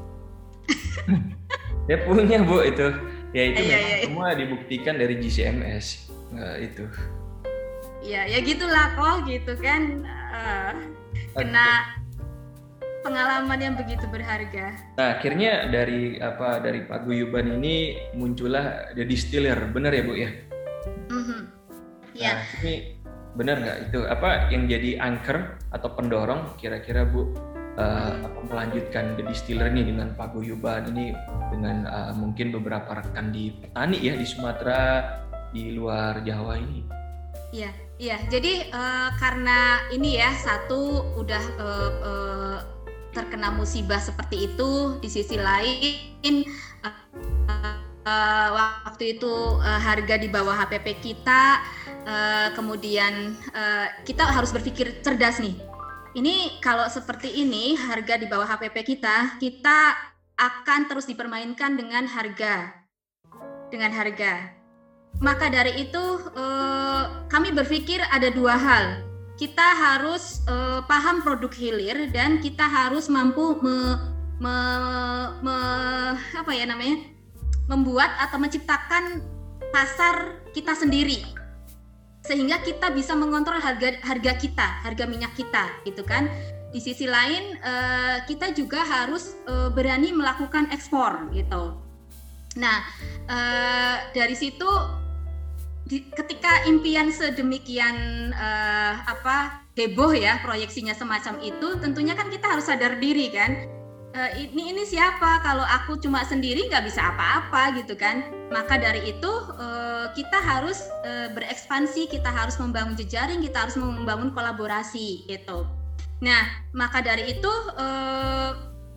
Saya punya Bu itu. Ya itu
iya,
memang
iya.
semua dibuktikan dari G C M S. Nah, itu.
Ya ya gitulah kok gitu kan. Uh, kena pengalaman yang begitu berharga.
Nah akhirnya dari apa dari paguyuban ini muncullah The Distiller, benar ya Bu ya?
Mm-hmm. Ya.
Nah, ini benar nggak itu apa yang jadi anchor atau pendorong kira-kira Bu uh, melanjutkan The Distiller ini dengan paguyuban ini dengan uh, mungkin beberapa rekan di petani ya di Sumatera, di luar Jawa ini?
Iya, iya. Jadi uh, karena ini ya satu udah uh, uh, terkena musibah seperti itu, di sisi lain uh, uh, waktu itu uh, harga di bawah H P P kita. Uh, kemudian uh, kita harus berpikir cerdas nih. Ini kalau seperti ini harga di bawah H P P kita, kita akan terus dipermainkan dengan harga, dengan harga. Maka dari itu uh, kami berpikir ada dua hal. Kita harus uh, paham produk hilir dan kita harus mampu me, me, me, apa ya namanya, membuat atau menciptakan pasar kita sendiri. Sehingga kita bisa mengontrol harga harga kita, harga minyak kita, gitu kan. Di sisi lain uh, kita juga harus uh, berani melakukan ekspor, gitu. Nah uh, dari situ di, ketika impian sedemikian uh, apa heboh ya, proyeksinya semacam itu, tentunya kan kita harus sadar diri kan. Uh, ini ini siapa, kalau aku cuma sendiri nggak bisa apa-apa gitu kan. Maka dari itu uh, kita harus uh, berekspansi, kita harus membangun jejaring, kita harus membangun kolaborasi gitu. Nah maka dari itu uh,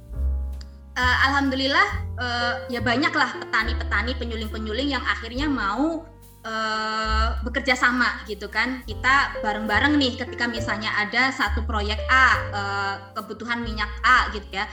uh, alhamdulillah uh, ya banyaklah petani-petani, penyuling-penyuling yang akhirnya mau uh, bekerja sama gitu kan. Kita bareng-bareng nih ketika misalnya ada satu proyek A, uh, kebutuhan minyak A gitu ya.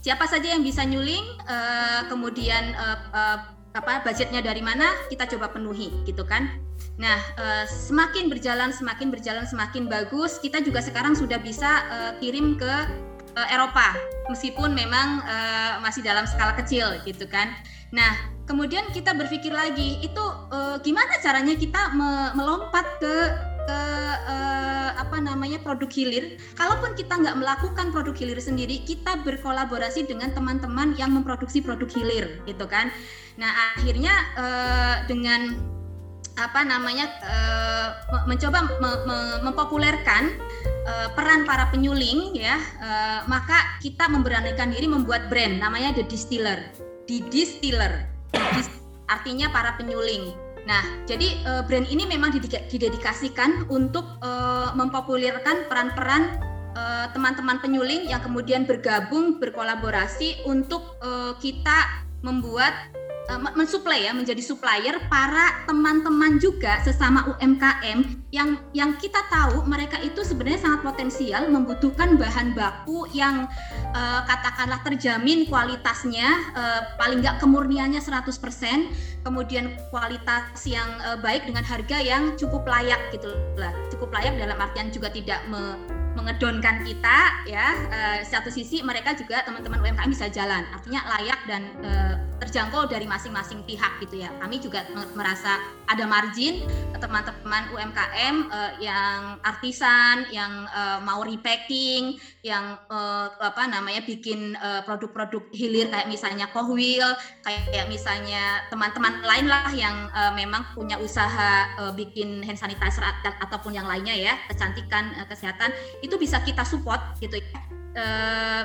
siapa saja yang bisa nyuling, uh, kemudian uh, uh, apa budgetnya dari mana, kita coba penuhi gitu kan. Nah, uh, semakin berjalan, semakin berjalan, semakin bagus. Kita juga sekarang sudah bisa uh, kirim ke uh, Eropa, meskipun memang uh, masih dalam skala kecil gitu kan. Nah, kemudian kita berpikir lagi, itu uh, gimana caranya kita me- melompat ke ke uh, apa namanya produk hilir. Kalaupun kita nggak melakukan produk hilir sendiri, kita berkolaborasi dengan teman-teman yang memproduksi produk hilir, gitu kan. Nah, akhirnya uh, dengan apa namanya uh, mencoba me- me- mempopulerkan uh, peran para penyuling, ya, uh, maka kita memberanikan diri membuat brand, namanya The Distiller. The Distiller, artinya para penyuling. Nah, jadi uh, brand ini memang didedikasikan untuk uh, mempopulerkan peran-peran uh, teman-teman penyuling yang kemudian bergabung, berkolaborasi untuk uh, kita membuat, uh, mensuplai ya, menjadi supplier para teman-teman juga sesama U M K M yang yang kita tahu mereka itu sebenarnya sangat potensial, membutuhkan bahan baku yang uh, katakanlah terjamin kualitasnya, uh, paling nggak kemurniannya seratus persen, kemudian kualitas yang uh, baik dengan harga yang cukup layak gitu lah. Cukup layak dalam artian juga tidak me- mengedonkan kita ya. Uh, satu sisi mereka juga teman-teman U M K M bisa jalan, artinya layak dan uh, terjangkau dari masing-masing pihak gitu ya. Kami juga merasa ada margin teman-teman U M K M uh, yang artisan, yang uh, mau repacking, yang uh, apa namanya bikin uh, produk-produk hilir kayak misalnya Kohwil, kayak, kayak misalnya teman-teman lain lah yang uh, memang punya usaha uh, bikin hand sanitizer at- ataupun yang lainnya ya, kecantikan, uh, kesehatan, itu bisa kita support gitu ya. Uh,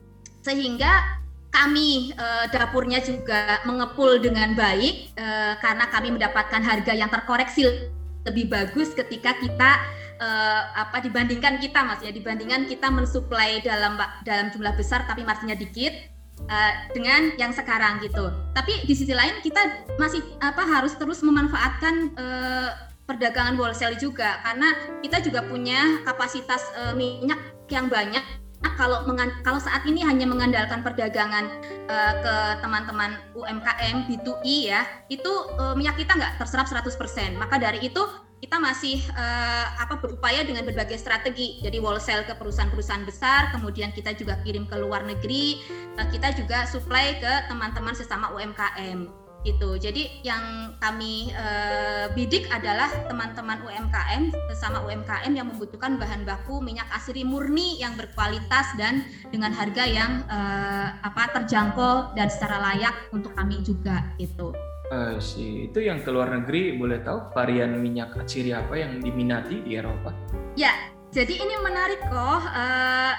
sehingga kami eh, dapurnya juga mengepul dengan baik eh, karena kami mendapatkan harga yang terkoreksi lebih bagus ketika kita eh, apa dibandingkan kita mas ya dibandingkan kita mensuplai dalam dalam jumlah besar tapi marginnya dikit eh, dengan yang sekarang gitu. Tapi di sisi lain kita masih apa harus terus memanfaatkan eh, perdagangan wholesale juga karena kita juga punya kapasitas eh, minyak yang banyak. Nah, kalau mengan- kalau saat ini hanya mengandalkan perdagangan uh, ke teman-teman U M K M B dua I ya, itu uh, minyak kita nggak terserap seratus persen. Maka dari itu kita masih uh, apa berupaya dengan berbagai strategi. Jadi wholesale ke perusahaan-perusahaan besar, kemudian kita juga kirim ke luar negeri, uh, kita juga supply ke teman-teman sesama U M K M. Gitu. Jadi yang kami uh, bidik adalah teman-teman U M K M bersama U M K M yang membutuhkan bahan baku minyak asri murni yang berkualitas dan dengan harga yang uh, apa terjangkau dan secara layak untuk kami juga itu.
Uh, sih itu yang ke luar negeri, boleh tahu varian minyak atsiri apa yang diminati di Eropa?
Ya, jadi ini menarik kok. Uh,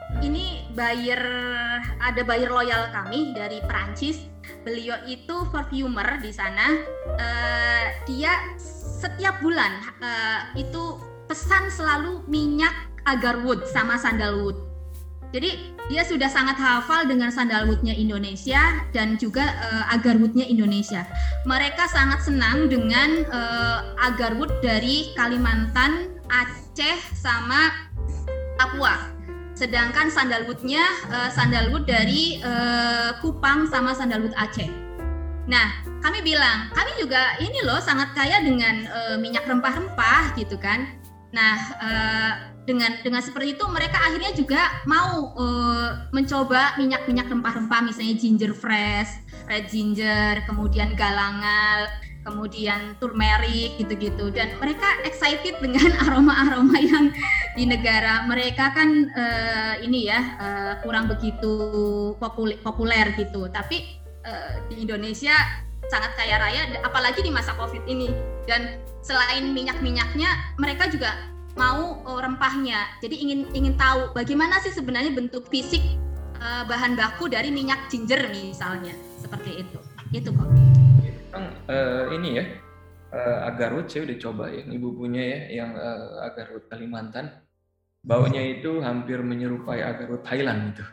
ini buyer ada buyer loyal kami dari Perancis. Beliau itu perfumer di sana. Uh, dia setiap bulan uh, itu pesan selalu minyak agarwood sama sandalwood. Jadi dia sudah sangat hafal dengan sandalwoodnya Indonesia dan juga uh, agarwoodnya Indonesia. Mereka sangat senang dengan uh, agarwood dari Kalimantan, Aceh sama Papua. Sedangkan sandalwoodnya uh, sandalwood dari uh, Kupang sama sandalwood Aceh. Nah, kami bilang, kami juga ini loh sangat kaya dengan uh, minyak rempah-rempah gitu kan. Nah, uh, dengan dengan seperti itu mereka akhirnya juga mau uh, mencoba minyak-minyak rempah-rempah, misalnya ginger fresh, red ginger, kemudian galangal, kemudian turmeric gitu-gitu, dan mereka excited dengan aroma-aroma yang di negara mereka kan uh, ini ya uh, kurang begitu populer, populer gitu, tapi uh, di Indonesia sangat kaya raya, apalagi di masa Covid ini. Dan selain minyak-minyaknya, mereka juga mau uh, rempahnya. Jadi ingin ingin tahu bagaimana sih sebenarnya bentuk fisik uh, bahan baku dari minyak ginger misalnya, seperti itu. Itu kok.
Bang, uh, ini ya uh, agarwood saya udah coba yang ibu punya ya, yang uh, agarwood Kalimantan. Baunya itu hampir menyerupai agarwood Thailand itu.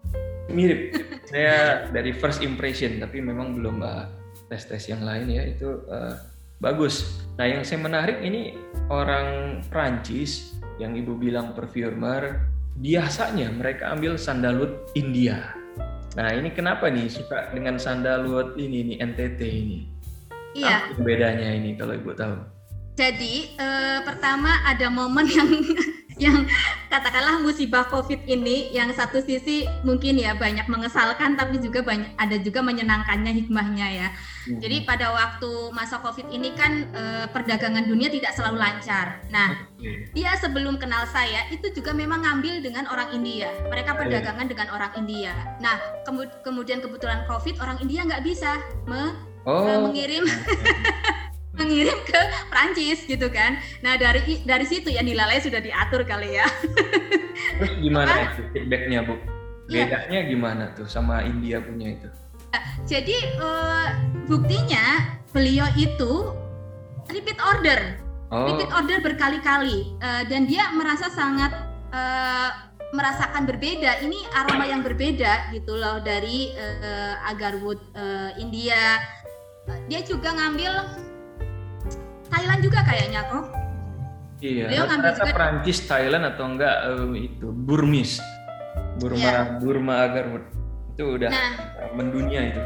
Mirip. Saya dari first impression, tapi memang belum uh, tes-tes yang lain ya, itu uh, bagus. Nah, yang saya menarik ini orang Prancis yang ibu bilang perfumer, biasanya mereka ambil sandalwood India. Nah ini kenapa nih suka dengan sandalwood ini nih N T T ini?
Iya.
Apa bedanya ini kalau Ibu tahu?
Jadi eh, pertama ada momen yang yang katakanlah musibah COVID ini, yang satu sisi mungkin ya banyak mengesalkan, tapi juga banyak ada juga menyenangkannya hikmahnya ya. Hmm. Jadi pada waktu masa COVID ini kan eh, perdagangan dunia tidak selalu lancar. Nah, okay. Dia sebelum kenal saya itu juga memang ngambil dengan orang India. Mereka perdagangan okay. dengan orang India. Nah, kemu- kemudian kebetulan COVID, orang India nggak bisa me- oh. eh, mengirim. mengirim ke Prancis gitu kan. Nah dari dari situ ya nilalai sudah diatur kali ya.
Terus gimana itu feedbacknya Bu? Bedanya ya. Gimana tuh sama India punya itu?
Jadi uh, buktinya beliau itu repeat order, oh. repeat order berkali-kali uh, dan dia merasa sangat uh, merasakan berbeda. Ini aroma yang berbeda gitu loh dari uh, agarwood uh, India. Uh, dia juga ngambil Thailand juga kayaknya kok.
Iya, rata-rata juga... Prancis, Thailand atau enggak um, itu Burmese, Burma, yeah. Burma agarwood itu udah nah, mendunia itu.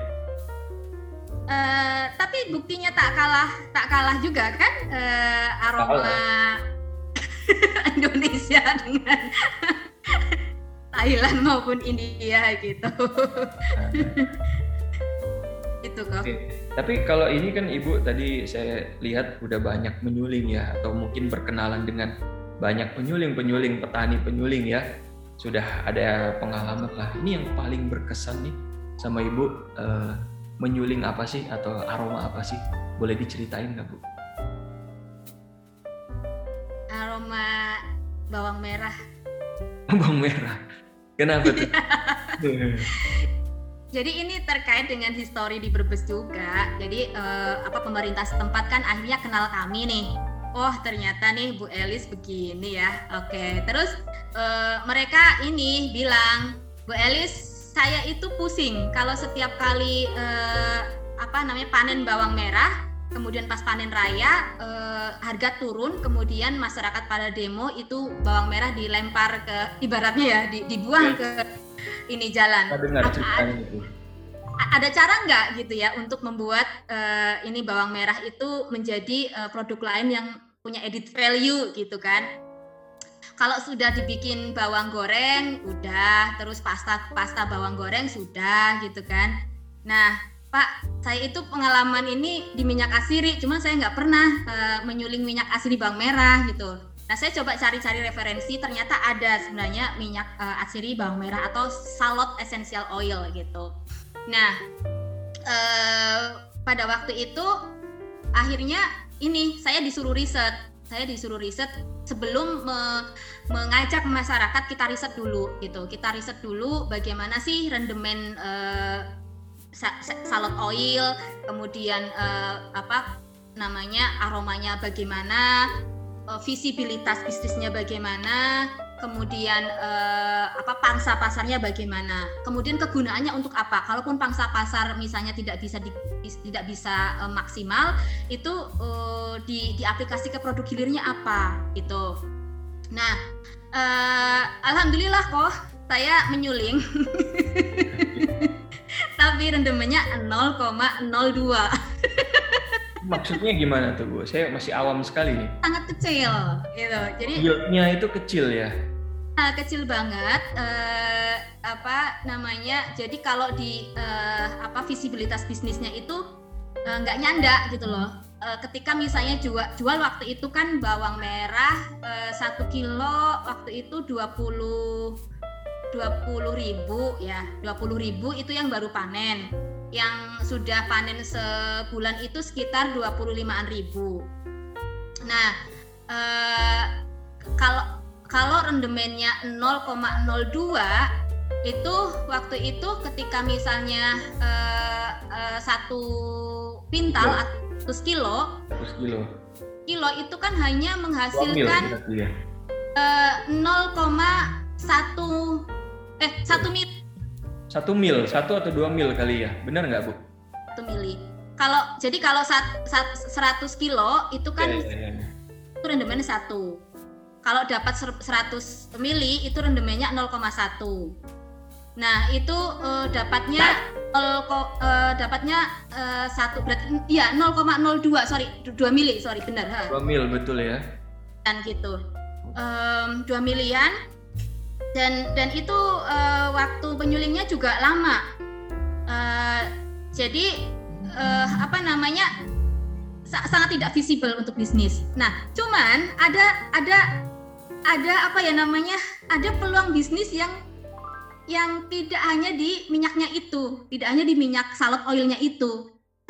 Uh, tapi buktinya tak kalah, tak kalah juga kan uh, aroma Indonesia dengan Thailand maupun India gitu. Nah. Itu kok.
Okay. Tapi kalau ini kan Ibu tadi saya lihat udah banyak menyuling ya, atau mungkin berkenalan dengan banyak penyuling-penyuling, petani penyuling ya, sudah ada pengalaman lah. Ini yang paling berkesan nih sama Ibu, uh, menyuling apa sih atau aroma apa sih? Boleh diceritain nggak Bu?
Aroma bawang merah.
Bawang merah. Kenapa tuh?
Jadi ini terkait dengan histori di Brebes juga. Jadi eh, apa pemerintah setempat kan akhirnya kenal kami nih. Oh ternyata nih Bu Elis begini ya. Oke, terus eh, mereka ini bilang, Bu Elis saya itu pusing kalau setiap kali eh, apa namanya panen bawang merah, kemudian pas panen raya eh, harga turun, kemudian masyarakat pada demo itu bawang merah dilempar ke ibaratnya ya di, dibuang ke ini jalan. Ada, ada cara nggak gitu ya untuk membuat uh, ini bawang merah itu menjadi uh, produk lain yang punya added value gitu kan? Kalau sudah dibikin bawang goreng, udah, terus pasta pasta bawang goreng sudah gitu kan? Nah, Pak, saya itu pengalaman ini di minyak asiri, cuma saya nggak pernah uh, menyuling minyak asiri bawang merah gitu. Nah, saya coba cari-cari referensi, ternyata ada sebenarnya minyak uh, atsiri bawang merah atau salot essential oil gitu. Nah, uh, pada waktu itu akhirnya ini saya disuruh riset, saya disuruh riset sebelum me- mengajak masyarakat kita riset dulu gitu. Kita riset dulu bagaimana sih rendemen uh, sa- salot oil, kemudian uh, apa namanya aromanya bagaimana, visibilitas bisnisnya bagaimana, kemudian eh, apa pangsa pasarnya bagaimana, kemudian kegunaannya untuk apa. Kalaupun pangsa pasar misalnya tidak bisa di, tidak bisa eh, maksimal, itu eh, di diaplikasi ke produk hilirnya apa gitu. Nah, eh, alhamdulillah kok saya menyuling, tapi rendemennya nol koma nol dua.
Maksudnya gimana tuh Bu? Saya masih awam sekali nih.
Sangat kecil gitu. Jadi
yieldnya itu kecil ya?
Nah, kecil banget. Eh, apa namanya? Jadi kalau di eh, apa visibilitas bisnisnya itu eh, nggak nyanda gitu loh. Eh, ketika misalnya jual, jual waktu itu kan bawang merah eh, satu kilo waktu itu dua puluh ribu ya, dua puluh ribu itu yang baru panen. Yang sudah panen sebulan itu sekitar dua puluh limaan ribu. Nah, eh, kalau kalau rendemennya nol koma nol dua itu waktu itu ketika misalnya eh, eh, satu pintal atau seratus kilo,
seratus kilo,
kilo itu kan hanya menghasilkan eh, nol koma satu eh satu mil.
Satu mil, satu atau dua mil kali ya, benar nggak Bu?
Satu mili. Kalau jadi kalau sat, sat, seratus kilo itu kan yeah, yeah, yeah. itu rendemennya satu. Kalau dapat seratus mili itu rendemennya nol koma satu. Nah itu uh, dapatnya nol, uh, dapatnya uh, satu berarti ya nol koma nol dua sorry dua mili sorry benar ha.
dua mil betul ya.
Dan gitu um, dua milian dan dan itu uh, waktu penyulingnya juga lama. Uh, jadi uh, apa namanya sa- sangat tidak visible untuk bisnis. Nah cuman ada ada ada apa ya namanya ada peluang bisnis yang yang tidak hanya di minyaknya itu, tidak hanya di minyak salad oilnya itu,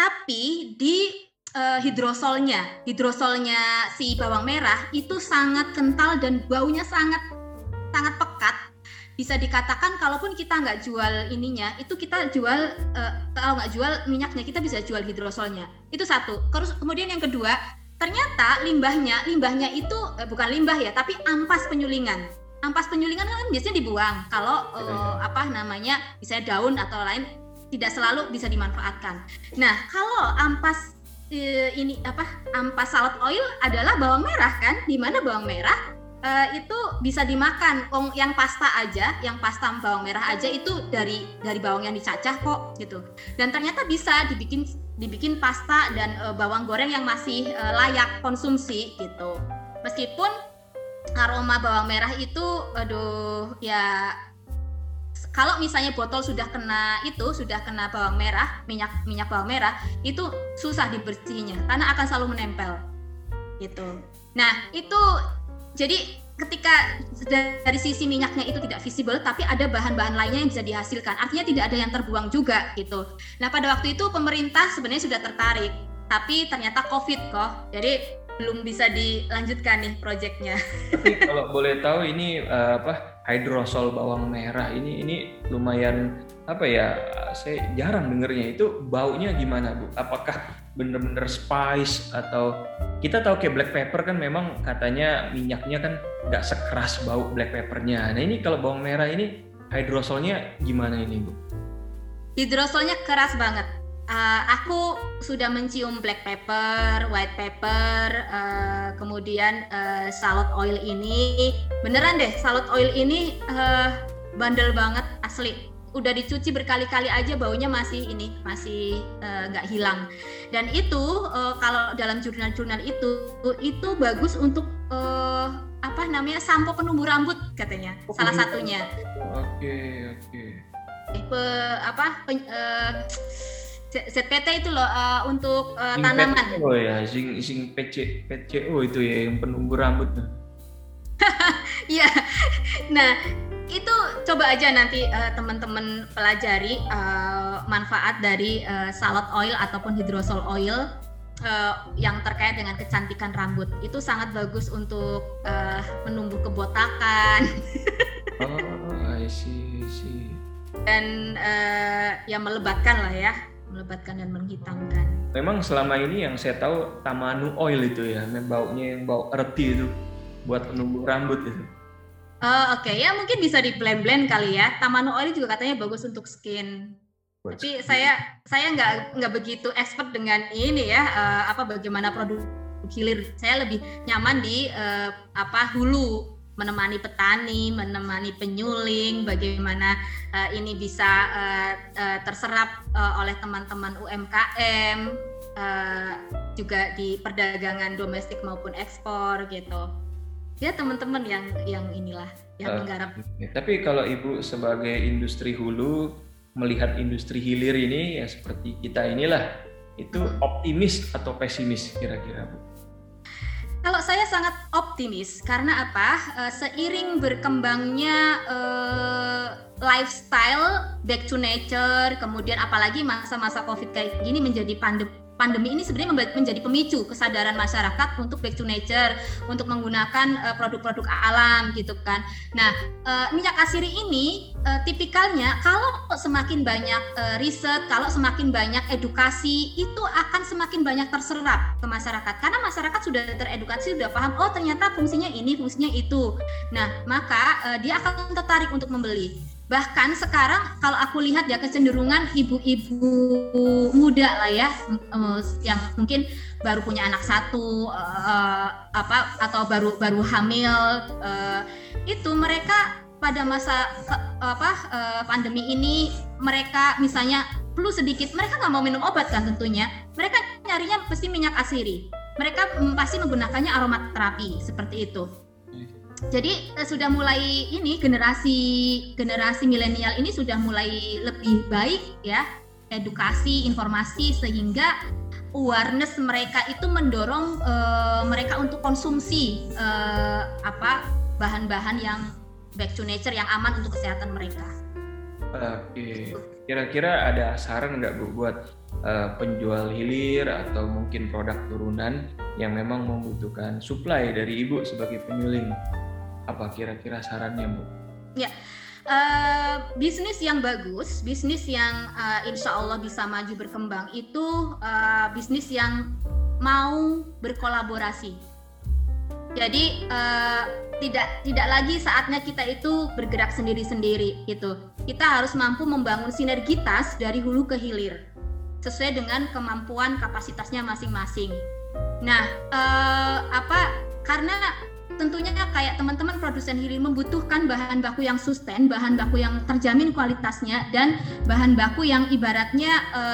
tapi di uh, hidrosolnya. Hidrosolnya si bawang merah itu sangat kental dan baunya sangat sangat pekat. Bisa dikatakan kalaupun kita nggak jual ininya, itu kita jual uh, kalau nggak jual minyaknya kita bisa jual hidrosolnya. Itu satu. Terus kemudian yang kedua, ternyata limbahnya, limbahnya itu eh, bukan limbah ya, tapi ampas penyulingan. Ampas penyulingan kan biasanya dibuang kalau uh, apa namanya misalnya daun atau lain tidak selalu bisa dimanfaatkan. Nah kalau ampas uh, ini apa ampas salad oil adalah bawang merah kan, di mana bawang merah uh, itu bisa dimakan. Oh, yang pasta aja, yang pasta bawang merah aja itu dari dari bawang yang dicacah kok gitu. Dan ternyata bisa dibikin dibikin pasta dan uh, bawang goreng yang masih uh, layak konsumsi gitu. Meskipun aroma bawang merah itu aduh ya kalau misalnya botol sudah kena itu sudah kena bawang merah minyak minyak bawang merah itu susah dibersihinnya karena akan selalu menempel gitu. Nah itu jadi ketika dari sisi minyaknya itu tidak visible tapi ada bahan-bahan lainnya yang bisa dihasilkan, artinya tidak ada yang terbuang juga gitu. Nah pada waktu itu pemerintah sebenarnya sudah tertarik tapi ternyata COVID kok jadi belum bisa dilanjutkan nih proyeknya.
Tapi kalau boleh tahu ini uh, apa hidrosol bawang merah ini ini lumayan apa ya? Saya jarang dengernya itu baunya gimana Bu? Apakah bener-bener spice atau kita tahu kayak black pepper kan memang katanya minyaknya kan nggak sekeras bau black peppernya. Nah ini kalau bawang merah ini hidrosolnya gimana ini Bu?
Hidrosolnya keras banget. Uh, aku sudah mencium black pepper, white pepper, uh, kemudian uh, salad oil ini beneran deh salad oil ini uh, bandel banget asli. Udah dicuci berkali-kali aja baunya masih ini masih nggak uh, hilang. Dan itu uh, kalau dalam jurnal-jurnal itu itu bagus untuk uh, apa namanya sampo penumbuh rambut katanya oh, salah satunya.
Oke oke.
Pe, apa pen, uh, Z P T itu loh uh, untuk uh, tanaman.
Oh ya, zing zing P C P C O itu ya yang penumbuh rambut.
Iya. Nah, itu coba aja nanti uh, teman-teman pelajari uh, manfaat dari uh, salad oil ataupun hidrosol oil uh, yang terkait dengan kecantikan rambut. Itu sangat bagus untuk uh, menumbuh kebotakan.
Oh, I see, I see.
Dan uh, ya melebatkan lah ya. melebatkan dan menghitamkan.
Memang selama ini yang saya tahu tamanu oil itu ya, baunya yang bau erti itu buat penumbuh rambut itu.
Oh, oke okay. Ya mungkin bisa di blend-blend kali ya. Tamanu oil juga katanya bagus untuk skin. Buat Tapi skin. saya saya nggak nggak begitu expert dengan ini ya uh, apa bagaimana produk hilir. Saya lebih nyaman di uh, apa hulu. Menemani petani, menemani penyuling, bagaimana uh, ini bisa uh, uh, terserap uh, oleh teman-teman U M K M, uh, juga di perdagangan domestik maupun ekspor gitu. Ya teman-teman yang yang inilah yang uh, menggarap.
Tapi kalau Ibu sebagai industri hulu melihat industri hilir ini ya seperti kita inilah, itu optimis atau pesimis kira-kira Bu?
Kalau saya sangat optimis karena apa? Uh, seiring berkembangnya uh, lifestyle back to nature, kemudian apalagi masa-masa COVID kayak gini menjadi pandemi. Pandemi ini sebenarnya menjadi pemicu kesadaran masyarakat untuk back to nature, untuk menggunakan uh, produk-produk alam gitu kan. Nah, uh, minyak asiri ini uh, tipikalnya kalau semakin banyak uh, riset, kalau semakin banyak edukasi, itu akan semakin banyak terserap ke masyarakat. Karena masyarakat sudah teredukasi, sudah paham, oh ternyata fungsinya ini, fungsinya itu. Nah, maka uh, dia akan tertarik untuk membeli. Bahkan sekarang kalau aku lihat ya kecenderungan ibu-ibu muda lah ya yang mungkin baru punya anak satu uh, apa atau baru baru hamil uh, itu mereka pada masa ke- apa uh, pandemi ini mereka misalnya flu sedikit, mereka nggak mau minum obat kan tentunya. Mereka nyarinya pasti minyak asiri. Mereka mm, pasti menggunakannya aromaterapi seperti itu. Jadi eh, sudah mulai ini generasi generasi milenial ini sudah mulai lebih baik ya, edukasi, informasi, sehingga awareness mereka itu mendorong eh, mereka untuk konsumsi eh, apa bahan-bahan yang back to nature, yang aman untuk kesehatan mereka.
Oke, kira-kira ada saran nggak Bu buat uh, penjual hilir atau mungkin produk turunan yang memang membutuhkan supply dari Ibu sebagai penyuling? Apa kira-kira sarannya Bu?
Ya, uh, bisnis yang bagus, bisnis yang uh, insya Allah bisa maju berkembang itu uh, bisnis yang mau berkolaborasi. Jadi uh, tidak tidak lagi saatnya kita itu bergerak sendiri-sendiri gitu. Kita harus mampu membangun sinergitas dari hulu ke hilir sesuai dengan kemampuan kapasitasnya masing-masing. Nah, uh, apa karena tentunya kayak teman-teman produsen hilir membutuhkan bahan baku yang sustain, bahan baku yang terjamin kualitasnya, dan bahan baku yang ibaratnya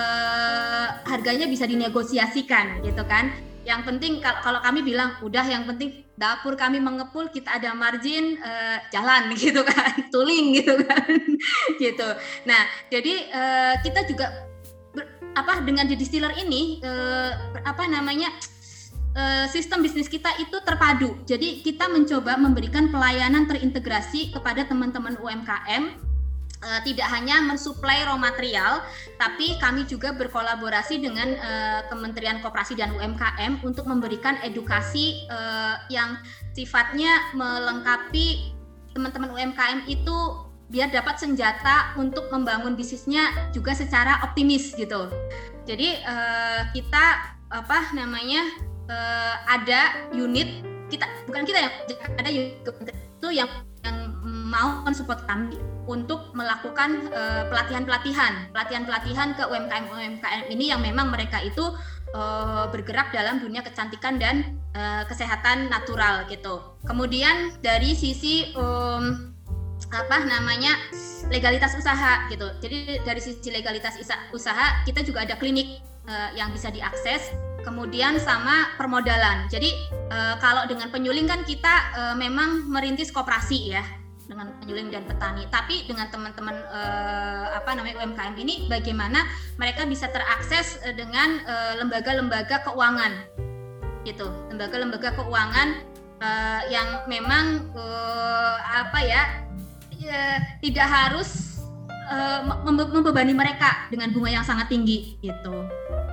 eh, harganya bisa dinegosiasikan gitu kan. Yang penting kalau kami bilang udah, yang penting dapur kami mengepul, kita ada margin, eh, jalan gitu kan, tuling gitu kan, gitu. Nah jadi eh, kita juga ber, apa dengan di distiller ini eh, apa namanya Uh, sistem bisnis kita itu terpadu. Jadi kita mencoba memberikan pelayanan terintegrasi kepada teman-teman U M K M, uh, tidak hanya mensuplai raw material, tapi kami juga berkolaborasi dengan uh, Kementerian Koperasi dan U M K M untuk memberikan edukasi uh, yang sifatnya melengkapi teman-teman U M K M itu biar dapat senjata untuk membangun bisnisnya juga secara optimis gitu. Jadi uh, kita apa namanya Uh, ada unit kita, bukan kita yang ada unit itu yang yang mau mensupport kami untuk melakukan uh, pelatihan-pelatihan pelatihan-pelatihan ke U M K M U M K M ini yang memang mereka itu uh, bergerak dalam dunia kecantikan dan uh, kesehatan natural gitu. Kemudian dari sisi um, apa namanya legalitas usaha gitu. Jadi dari sisi legalitas usaha kita juga ada klinik uh, yang bisa diakses. Kemudian sama permodalan. Jadi e, kalau dengan penyuling kan kita e, memang merintis koperasi ya dengan penyuling dan petani. Tapi dengan teman-teman e, apa namanya U M K M ini bagaimana mereka bisa terakses e, dengan e, lembaga-lembaga keuangan, gitu. Lembaga-lembaga keuangan e, yang memang e, apa ya e, tidak harus e, membebani mereka dengan bunga yang sangat tinggi, gitu.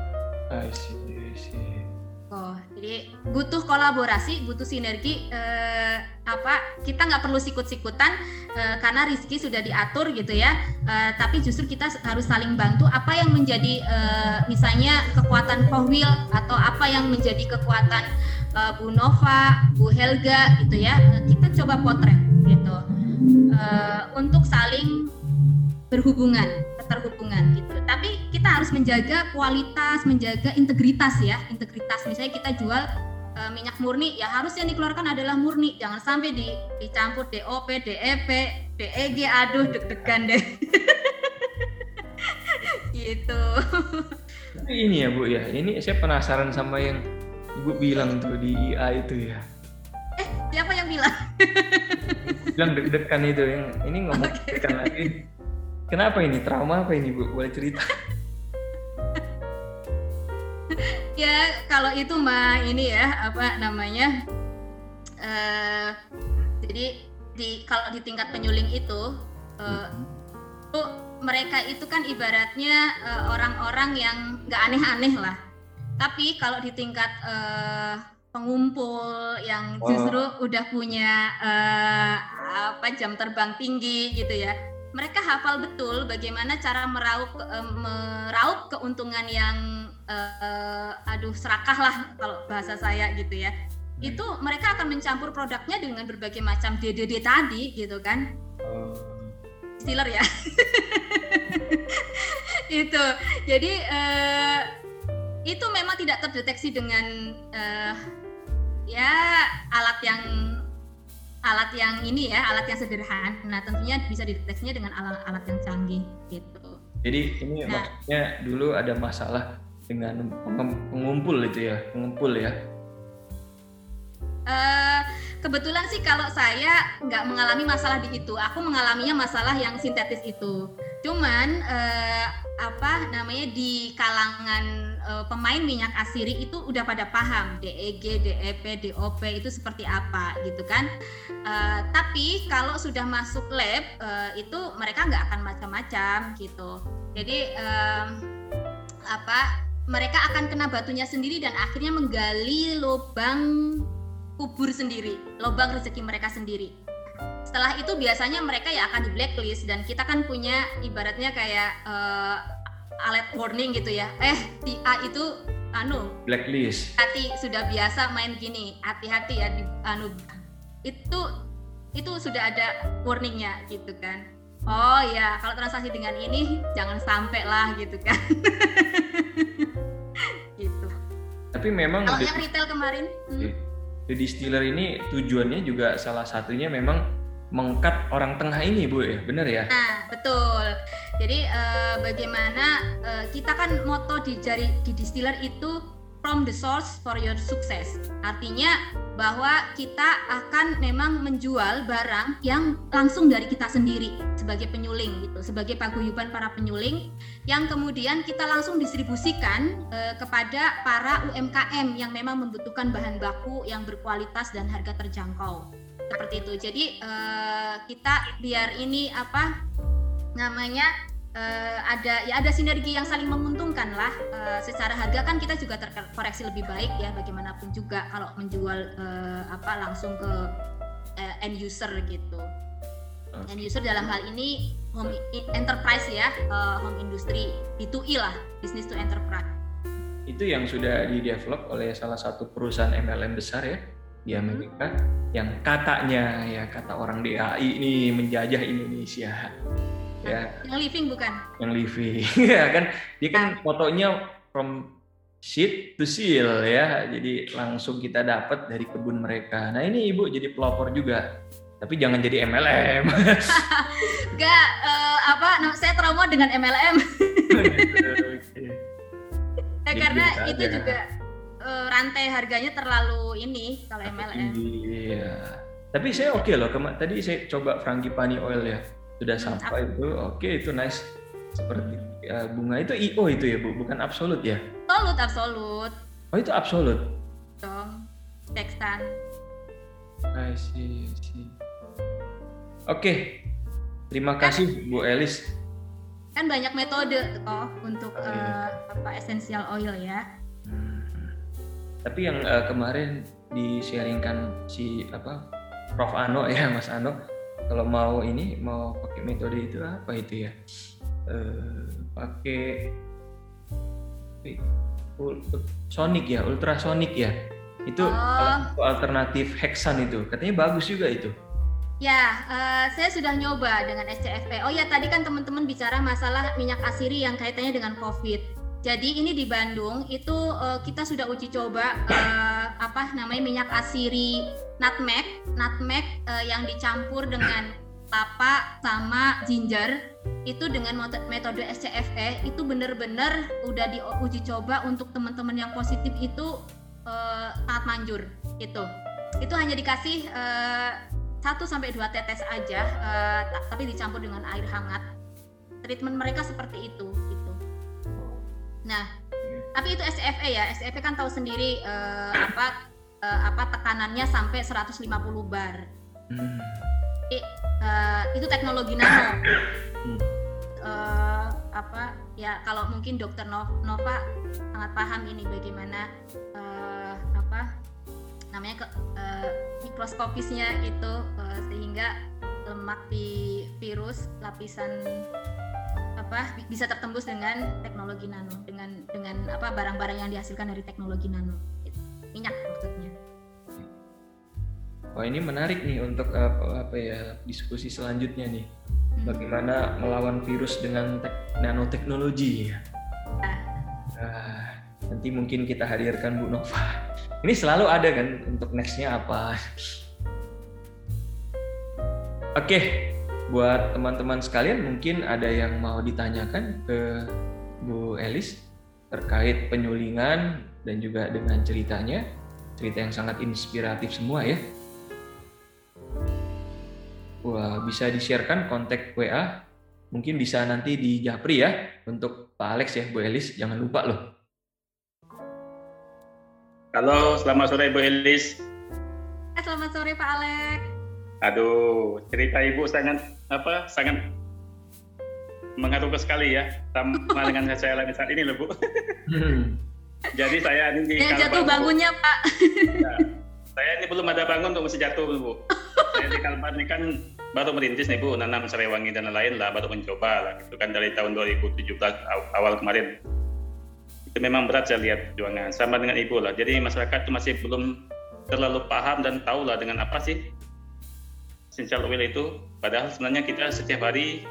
I see.
Oh, jadi butuh kolaborasi, butuh sinergi. Eh, apa kita nggak perlu sikut-sikutan eh, karena rezeki sudah diatur gitu ya. Eh, tapi justru kita harus saling bantu. Apa yang menjadi eh, misalnya kekuatan Kohwil atau apa yang menjadi kekuatan eh, Bu Nova, Bu Helga gitu ya. Kita coba potret gitu eh, untuk saling berhubungan, keterhubungan gitu. Tapi kita harus menjaga kualitas, menjaga integritas ya, integritas. Misalnya kita jual e, minyak murni, ya harus yang dikeluarkan adalah murni. Jangan sampai di, dicampur D O P, D E P, D E G, aduh deg-degan deh. Gitu.
Ini ya Bu ya, ini saya penasaran sama yang Ibu bilang tuh di I A itu ya.
Eh, siapa yang bilang?
Bilang deg-degan itu, yang ini ngomong
Okay.
deg-degan lagi. Kenapa ini? Trauma apa ini Bu? Boleh cerita?
Ya kalau itu mah ini ya apa namanya uh, jadi di kalau di tingkat penyuling itu uh, tuh mereka itu kan ibaratnya uh, orang-orang yang nggak aneh-aneh lah, tapi kalau di tingkat uh, pengumpul yang justru oh. udah punya uh, apa jam terbang tinggi gitu ya, mereka hafal betul bagaimana cara meraup uh, meraup keuntungan yang uh, aduh serakah lah kalau bahasa saya gitu ya. Itu mereka akan mencampur produknya dengan berbagai macam D D D tadi gitu kan. Distiller ya. Itu. Jadi uh, itu memang tidak terdeteksi dengan uh, ya alat yang alat yang ini ya, alat yang sederhana. Nah, tentunya bisa dideteksinya dengan alat-alat yang canggih gitu.
Jadi ini nah, maksudnya dulu ada masalah dengan pengumpul itu ya, pengumpul ya.
Uh, kebetulan sih kalau saya nggak mengalami masalah di itu, aku mengalaminya masalah yang sintetis itu. Cuman uh, apa namanya di kalangan uh, pemain minyak asiri itu udah pada paham D E G, D E P, D O P itu seperti apa gitu kan. Uh, tapi kalau sudah masuk lab uh, itu mereka nggak akan macam-macam gitu. Jadi um, apa mereka akan kena batunya sendiri dan akhirnya menggali lubang kubur sendiri, lubang rezeki mereka sendiri. Setelah itu biasanya mereka ya akan di blacklist dan kita kan punya ibaratnya kayak uh, alert warning gitu ya. Eh, si A itu anu
blacklist.
Hati sudah biasa main gini, hati-hati ya di anu itu itu sudah ada warningnya gitu kan. Oh ya, kalau transaksi dengan ini jangan sampai lah gitu kan. Gitu.
Tapi memang
kalau yang retail kemarin hmm.
The Distiller ini tujuannya juga salah satunya memang mengkat orang tengah ini, Bu ya, benar ya?
Nah, betul. Jadi eh, bagaimana eh, kita kan moto di jari di Distiller itu from the source for your success. Artinya bahwa kita akan memang menjual barang yang langsung dari kita sendiri sebagai penyuling gitu, sebagai paguyuban para penyuling yang kemudian kita langsung distribusikan eh, kepada para U M K M yang memang membutuhkan bahan baku yang berkualitas dan harga terjangkau. Seperti itu. Jadi eh, kita biar ini apa namanya Uh, ada ya ada sinergi yang saling menguntungkan lah. Uh, secara harga kan kita juga terkoreksi lebih baik ya bagaimanapun juga kalau menjual uh, apa langsung ke uh, end user gitu. Okay. End user dalam hal ini home enterprise ya, uh, home industry B to E lah, business to enterprise.
Itu yang sudah di-develop oleh salah satu perusahaan M L M besar ya di Amerika hmm. yang katanya ya kata orang D A I ini menjajah Indonesia. Ya.
Yang living bukan?
Yang living, ya kan? Dia kan fotonya from seed to seal ya, jadi langsung kita dapat dari kebun mereka. Nah ini Ibu jadi pelopor juga, tapi jangan jadi M L M.
Enggak, uh, apa? No, saya trauma dengan M L M.
Okay.
Ya, karena itu aja. Juga uh, rantai harganya terlalu ini kalau M L M.
Iya. Tapi saya oke okay loh. Kema- tadi saya coba Frangipani Oil ya. Sudah sampai hmm, itu, oke okay, itu nice. Seperti uh, bunga itu I O itu ya Bu, bukan absolut ya?
Absolut, absolut.
Oh itu absolut?
Dong, tekstan.
I see, I see. Oke, okay. Terima kasih Bu Elis.
Kan banyak metode oh untuk oh, iya. uh, apa essential oil ya.
Hmm. Tapi yang uh, kemarin di-sharingkan si apa Prof Ano ya, Mas Ano. Kalau mau ini mau pakai metode itu apa itu ya? Uh, pakai sonic ya, ultrasonic ya. Itu oh. alternatif heksan itu. Katanya bagus juga itu.
Ya, uh, saya sudah nyoba dengan S C F E. Oh ya, tadi kan teman-teman bicara masalah minyak asiri yang kaitannya dengan COVID. Jadi ini di Bandung itu uh, kita sudah uji coba uh, apa namanya minyak asiri nutmeg, nutmeg uh, yang dicampur dengan kelapa sama ginger itu dengan metode S C F E itu benar-benar udah diuji coba untuk teman-teman yang positif itu uh, sangat manjur gitu. Itu hanya dikasih uh, satu sampai dua tetes aja uh, tapi dicampur dengan air hangat. Treatment mereka seperti itu gitu. Nah, tapi itu S C F E ya. S C F E kan tahu sendiri uh, apa uh, apa tekanannya sampai seratus lima puluh bar. Hmm. Jadi, uh, itu teknologi nano. Hmm. Uh, apa ya kalau mungkin Dokter Nova sangat paham ini bagaimana uh, apa namanya ke, uh, mikroskopisnya itu uh, sehingga lemak di virus lapisan apa bisa tertembus dengan teknologi nano dengan dengan apa barang-barang yang dihasilkan dari teknologi nano minyak maksudnya.
Wah ini menarik nih untuk apa, apa ya diskusi selanjutnya nih hmm. bagaimana melawan virus dengan tek- nanoteknologi ya. Ah. Nah, nanti mungkin kita hadirkan Bu Nova. Ini selalu ada kan untuk nextnya apa? Oke, buat teman-teman sekalian mungkin ada yang mau ditanyakan ke Bu Elis terkait penyulingan dan juga dengan ceritanya, cerita yang sangat inspiratif semua ya. Wah, bisa di-sharekan kontak W A, mungkin bisa nanti di Japri ya untuk Pak Alex ya, Bu Elis, jangan lupa loh.
Halo, selamat sore Bu Elis.
Eh, selamat sore Pak Alex.
Aduh, cerita Ibu sangat apa? Sangat mengharukan sekali ya, sama dengan saya alami saat ini loh Bu.
Hmm.
Jadi saya ini di
Yang
Kalbar,
jatuh bangunnya
Bu.
Pak.
Ya, saya ini belum ada bangun untuk mesti jatuh Bu. Saya di Kalbar ini kan baru merintis nih Bu, nanam serewangi dan lain-lain lah, baru mencoba lah gitu kan dari tahun dua ribu tujuh belas awal kemarin. Itu memang berat saya lihat perjuangan sama dengan Ibu lah. Jadi masyarakat itu masih belum terlalu paham dan tahu lah dengan apa sih essential oil itu. Padahal sebenarnya kita setiap hari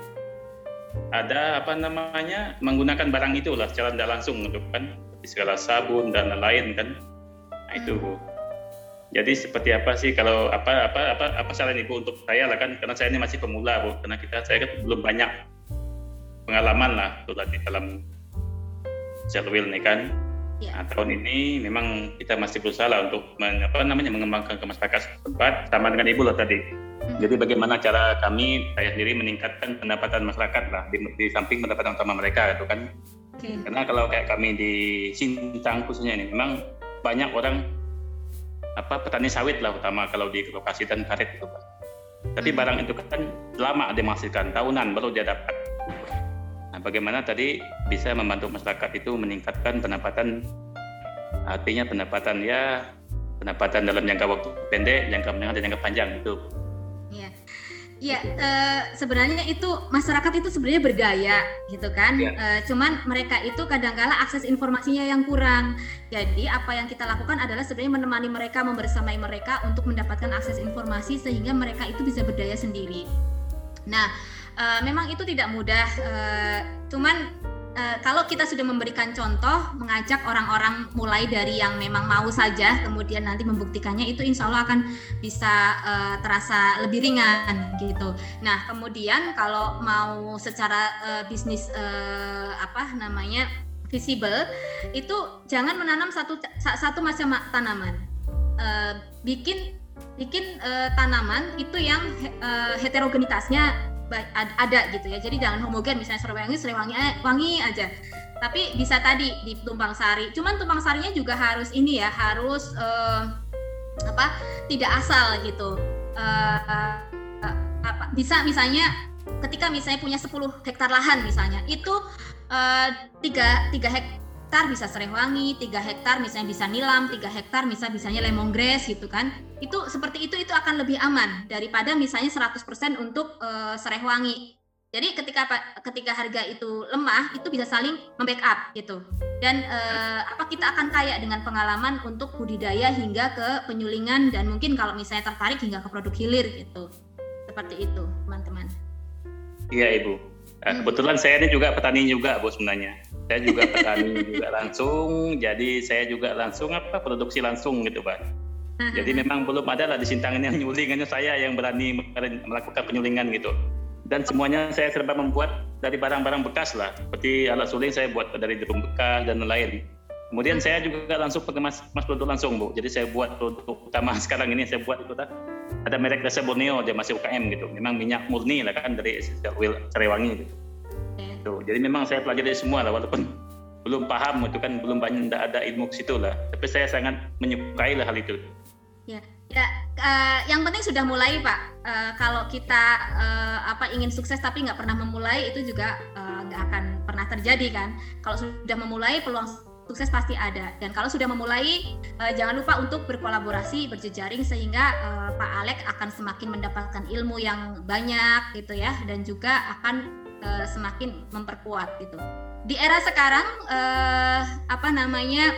ada apa namanya menggunakan barang itu lah secara tidak langsung gitu kan, segala sabun dan lain-lain kan. Nah itu Bu. Jadi seperti apa sih kalau apa apa apa apa saran Ibu untuk saya lah kan, karena saya ini masih pemula Bu, karena kita saya kan belum banyak pengalaman lah tuh di dalam essential oil ini kan.
Ya.
Nah, tahun ini memang kita masih berusaha lah untuk men, apa namanya mengembangkan ke masyarakat setempat sama dengan Ibu lah tadi. Jadi bagaimana cara kami, saya sendiri meningkatkan pendapatan masyarakat lah di, di samping pendapatan utama mereka gitu kan.
Okay.
Karena kalau kayak kami di Sintang khususnya ini memang banyak orang apa petani sawit lah utama kalau di lokasi dan karet itu Pak. Tapi barang itu kan lama dia menghasilkan, tahunan baru dia dapat. Nah, bagaimana tadi bisa membantu masyarakat itu meningkatkan pendapatan, artinya pendapatan ya pendapatan dalam jangka waktu pendek, jangka menengah dan jangka panjang gitu.
Iya, ya, uh, sebenarnya itu masyarakat itu sebenarnya berdaya, gitu kan.
Ya.
Uh, cuman mereka itu kadang-kala akses informasinya yang kurang. Jadi apa yang kita lakukan adalah sebenarnya menemani mereka, membersamai mereka untuk mendapatkan akses informasi sehingga mereka itu bisa berdaya sendiri. Nah, uh, memang itu tidak mudah. Uh, cuman Uh, kalau kita sudah memberikan contoh, mengajak orang-orang mulai dari yang memang mau saja, kemudian nanti membuktikannya, itu insya Allah akan bisa uh, terasa lebih ringan gitu. Nah, kemudian kalau mau secara uh, bisnis uh, apa namanya visible, itu jangan menanam satu satu macam tanaman. Uh, bikin bikin uh, tanaman itu yang uh, heterogenitasnya ada gitu ya, jadi jangan homogen, misalnya serewangi serewangi wangi aja, tapi bisa tadi di tumpang sari. Cuman tumpang sarinya juga harus ini ya, harus uh, apa tidak asal gitu. Uh, uh, uh, apa, bisa misalnya ketika misalnya punya sepuluh hektar lahan misalnya, itu uh, tiga hektar bisa serewangi, tiga hektar misalnya bisa nilam, tiga hektar misalnya bisanya lemongrass gitu kan. Itu seperti itu itu akan lebih aman daripada misalnya seratus persen untuk uh, serewangi. Jadi ketika ketika harga itu lemah, itu bisa saling membackup gitu. Dan uh, apa kita akan kaya dengan pengalaman untuk budidaya hingga ke penyulingan dan mungkin kalau misalnya tertarik hingga ke produk hilir gitu. Seperti itu, teman-teman.
Iya, Ibu. Nah, kebetulan saya ini juga petani juga, Bu, sebenarnya. Saya juga petani juga langsung, jadi saya juga langsung apa produksi langsung gitu, Pak. Jadi memang belum ada lah di Sintang ini yang nyuling, hanya saya yang berani melakukan penyulingan gitu. Dan semuanya saya serba membuat dari barang-barang bekas lah, seperti alat suling saya buat dari drum bekas dan lain-lain. Kemudian saya juga langsung mengemas mas produk langsung, Bu. Jadi saya buat produk utama sekarang ini saya buat itu dah. Ada merek Desa Borneo, dia masih U K M gitu. Memang minyak murni lah kan dari oil serewangi gitu. Tuh, jadi memang saya pelajari semua lah, walaupun belum paham itu kan, belum banyak, tidak ada ilmu ke situ lah. Tapi saya sangat menyukai lah hal itu.
Ya, ya uh, yang penting sudah mulai Pak. Uh, kalau kita uh, apa ingin sukses tapi nggak pernah memulai, itu juga nggak uh, akan pernah terjadi kan. Kalau sudah memulai, peluang sukses pasti ada. Dan kalau sudah memulai, uh, jangan lupa untuk berkolaborasi, berjejaring sehingga uh, Pak Alex akan semakin mendapatkan ilmu yang banyak gitu ya, dan juga akan Uh, semakin memperkuat gitu. Di era sekarang uh, apa namanya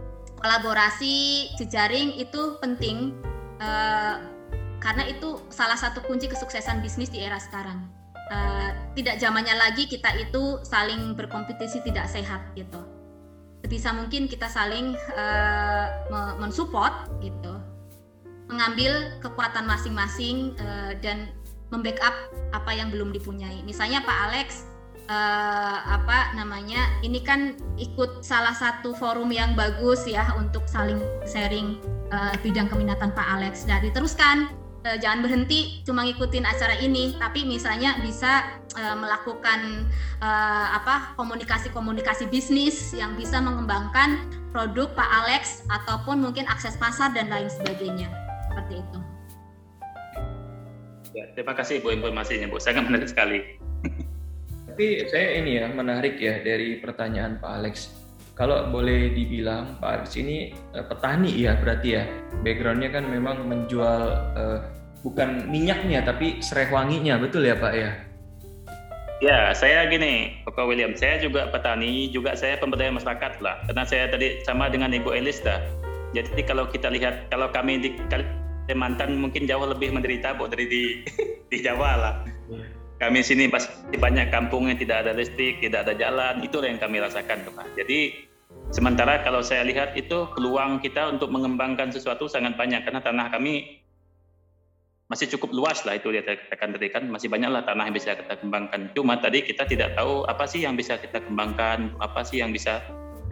kolaborasi, jejaring itu penting uh, karena itu salah satu kunci kesuksesan bisnis di era sekarang. Uh, tidak zamannya lagi kita itu saling berkompetisi tidak sehat gitu. Sebisa mungkin kita saling uh, mensupport gitu, mengambil kekuatan masing-masing uh, dan membackup apa yang belum dipunyai. Misalnya Pak Alex uh, apa namanya ini kan ikut salah satu forum yang bagus ya untuk saling sharing uh, bidang keminatan Pak Alex. Nah, diteruskan, uh, jangan berhenti cuma ngikutin acara ini, tapi misalnya bisa uh, melakukan uh, apa komunikasi-komunikasi bisnis yang bisa mengembangkan produk Pak Alex ataupun mungkin akses pasar dan lain sebagainya. Seperti itu.
Ya, terima kasih Bu informasinya Bu, sangat menarik sekali.
Tapi saya ini ya menarik ya dari pertanyaan Pak Alex. Kalau boleh dibilang Pak Alex ini eh, petani ya berarti ya. Backgroundnya kan memang menjual eh, bukan minyaknya tapi serai wanginya, betul ya Pak ya?
Ya, saya gini, Bapak William, saya juga petani, juga saya pemberdayaan masyarakat lah. Karena saya tadi sama dengan Ibu Elis dah. Jadi kalau kita lihat, kalau kami di Kalimantan mungkin jauh lebih menderita Bu dari di, di Jawa lah. Kami sini pasti banyak kampung yang tidak ada listrik, tidak ada jalan, itu yang kami rasakan Pak. Jadi sementara kalau saya lihat itu peluang kita untuk mengembangkan sesuatu sangat banyak karena tanah kami masih cukup luas lah, itu dia katakan tadi kan masih banyaklah tanah yang bisa kita kembangkan. Cuma tadi kita tidak tahu apa sih yang bisa kita kembangkan, apa sih yang bisa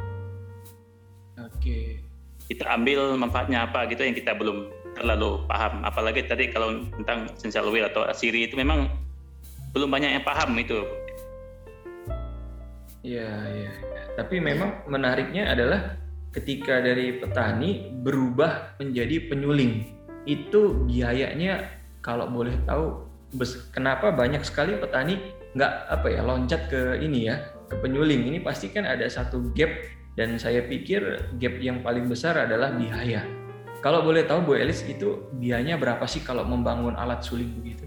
Oke.
kita ambil manfaatnya apa gitu yang kita belum terlalu paham. Apalagi tadi kalau tentang essential oil atau asiri itu memang belum banyak yang paham itu.
Iya, iya. Tapi memang menariknya adalah ketika dari petani berubah menjadi penyuling. Itu biayanya kalau boleh tahu kenapa banyak sekali petani nggak apa ya loncat ke ini ya, ke penyuling. Ini pasti kan ada satu gap dan saya pikir gap yang paling besar adalah biaya. Kalau boleh tahu Bu Elis itu biayanya berapa sih kalau membangun alat suling begitu?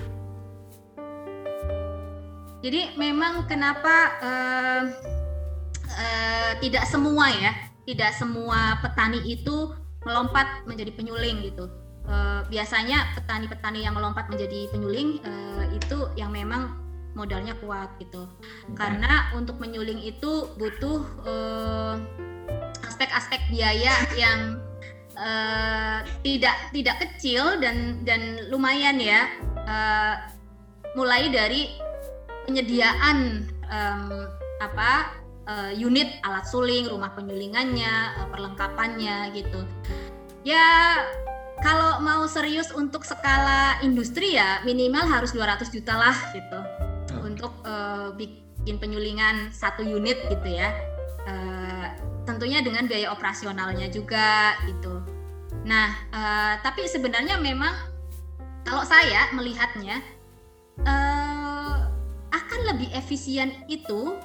Jadi memang kenapa uh, uh, tidak semua ya, tidak semua petani itu melompat menjadi penyuling gitu. Uh, biasanya petani-petani yang melompat menjadi penyuling uh, itu yang memang modalnya kuat gitu. Hmm. Karena untuk menyuling itu butuh uh, aspek-aspek biaya yang uh, tidak tidak kecil dan dan lumayan ya. Uh, mulai dari penyediaan um, apa uh, unit alat suling, rumah penyulingannya, uh, perlengkapannya gitu. Ya kalau mau serius untuk skala industri ya minimal harus dua ratus juta lah gitu hmm. untuk uh, bikin penyulingan satu unit gitu ya. Uh, tentunya dengan biaya operasionalnya juga gitu. Nah, uh, tapi sebenarnya memang kalau saya melihatnya uh, akan lebih efisien itu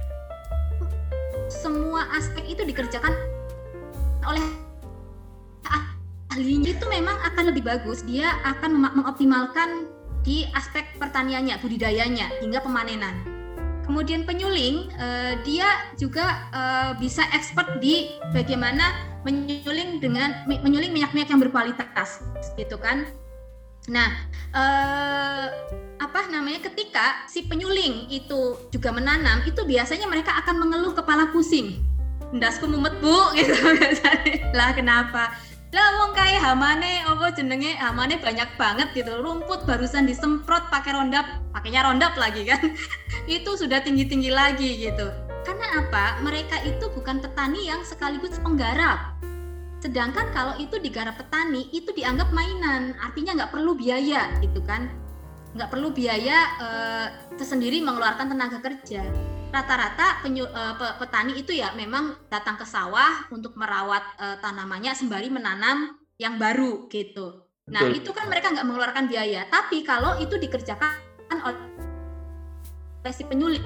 semua aspek itu dikerjakan oleh ahlinya, itu memang akan lebih bagus. Dia akan mengoptimalkan di aspek pertaniannya, budidayanya hingga pemanenan. Kemudian penyuling eh, dia juga eh, bisa expert di bagaimana menyuling dengan menyuling minyak-minyak yang berkualitas gitu kan. Nah, eh, apa namanya ketika si penyuling itu juga menanam, itu biasanya mereka akan mengeluh kepala pusing. Ndasku mumet Bu gitu biasanya. Lah kenapa? Lah wong kae hamane apa jenenge hamane banyak banget gitu. Rumput barusan disemprot pakai rondap, pakainya rondap lagi kan. Itu sudah tinggi-tinggi lagi gitu. Karena apa? Mereka itu bukan petani yang sekaligus penggarap. Sedangkan kalau itu digarap petani, itu dianggap mainan, artinya nggak perlu biaya gitu kan. Nggak perlu biaya eh, tersendiri mengeluarkan tenaga kerja. Rata-rata penyu, eh, petani itu ya memang datang ke sawah untuk merawat eh, tanamannya sembari menanam yang baru gitu. Nah Betul. Itu kan mereka nggak mengeluarkan biaya. Tapi kalau itu dikerjakan oleh si penyuling,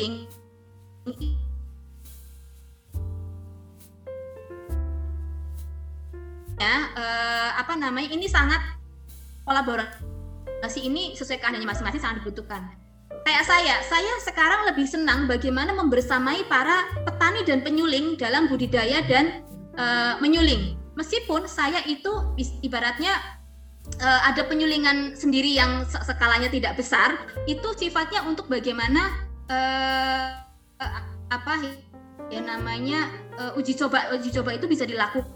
ya eh, apa namanya ini sangat kolaborasi ini sesuai keahliannya masing-masing sangat dibutuhkan. Kayak saya, saya sekarang lebih senang bagaimana membersamai para petani dan penyuling dalam budidaya dan uh, menyuling. Meskipun saya itu ibaratnya uh, ada penyulingan sendiri yang skalanya tidak besar, itu sifatnya untuk bagaimana uh, uh, apa ya namanya uh, uji coba uji coba itu bisa dilakukan.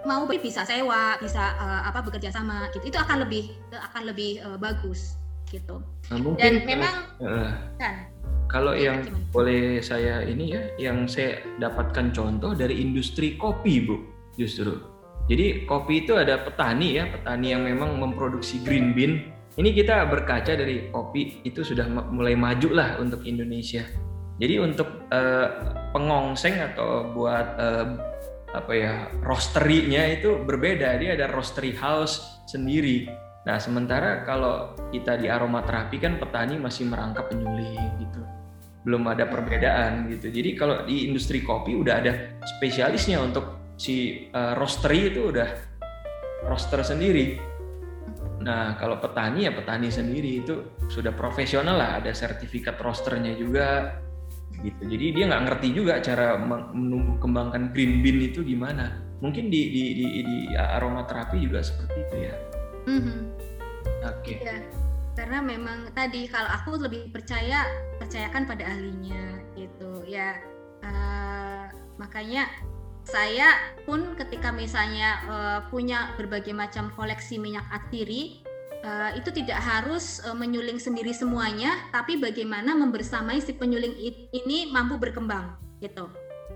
mau bisa sewa, bisa uh, apa bekerja sama gitu. Itu akan lebih akan lebih uh, bagus gitu.
Nah, mungkin
Dan memang
uh,
kan
kalau
ya,
yang
gimana?
boleh saya ini ya, yang saya dapatkan contoh dari industri kopi, Bu, justru. Jadi kopi itu ada petani ya, petani yang memang memproduksi green bean. Ini kita berkaca dari kopi itu sudah mulai maju lah untuk Indonesia. Jadi untuk uh, pengongseng atau buat uh, apa ya roastery-nya itu berbeda, dia ada roastery house sendiri. Nah sementara kalau kita di aromaterapi kan petani masih merangkap penyuling gitu, belum ada perbedaan gitu. Jadi kalau di industri kopi udah ada spesialisnya untuk si uh, roastery itu udah roaster sendiri. Nah kalau petani ya petani sendiri itu sudah profesional lah, ada sertifikat roasternya juga gitu. Jadi dia nggak ngerti juga cara menumbuh kembangkan green bean itu gimana. Mungkin di di di, di aromaterapi juga seperti itu ya.
Mm-hmm.
Oke. Okay.
Ya, karena memang tadi kalau aku lebih percaya percayakan pada ahlinya gitu ya. Uh, makanya saya pun ketika misalnya uh, punya berbagai macam koleksi minyak atsiri, uh, itu tidak harus uh, menyuling sendiri semuanya, tapi bagaimana membersamai si penyuling ini mampu berkembang gitu.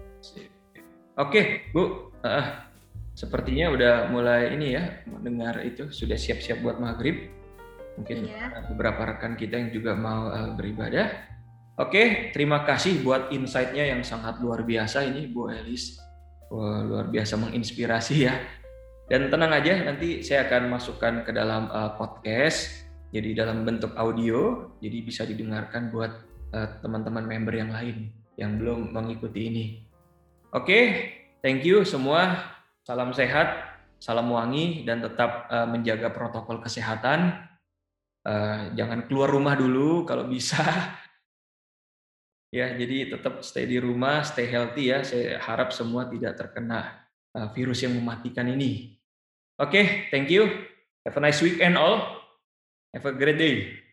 Oke, Bu, uh, sepertinya udah mulai ini ya mendengar itu sudah siap-siap buat maghrib. Mungkin yeah. beberapa rekan kita yang juga mau uh, beribadah. Oke, terima kasih buat insight-nya yang sangat luar biasa ini, Bu Elis. Wah, luar biasa menginspirasi ya. Dan tenang aja, nanti saya akan masukkan ke dalam uh, podcast, jadi dalam bentuk audio, jadi bisa didengarkan buat uh, teman-teman member yang lain yang belum mengikuti ini. Oke, okay, thank you semua. Salam sehat, salam wangi, dan tetap uh, menjaga protokol kesehatan. Uh, jangan keluar rumah dulu kalau bisa. Ya, jadi tetap stay di rumah, stay healthy ya. Saya harap semua tidak terkena uh, virus yang mematikan ini. Oke, okay, thank you. Have a nice weekend all. Have a great day.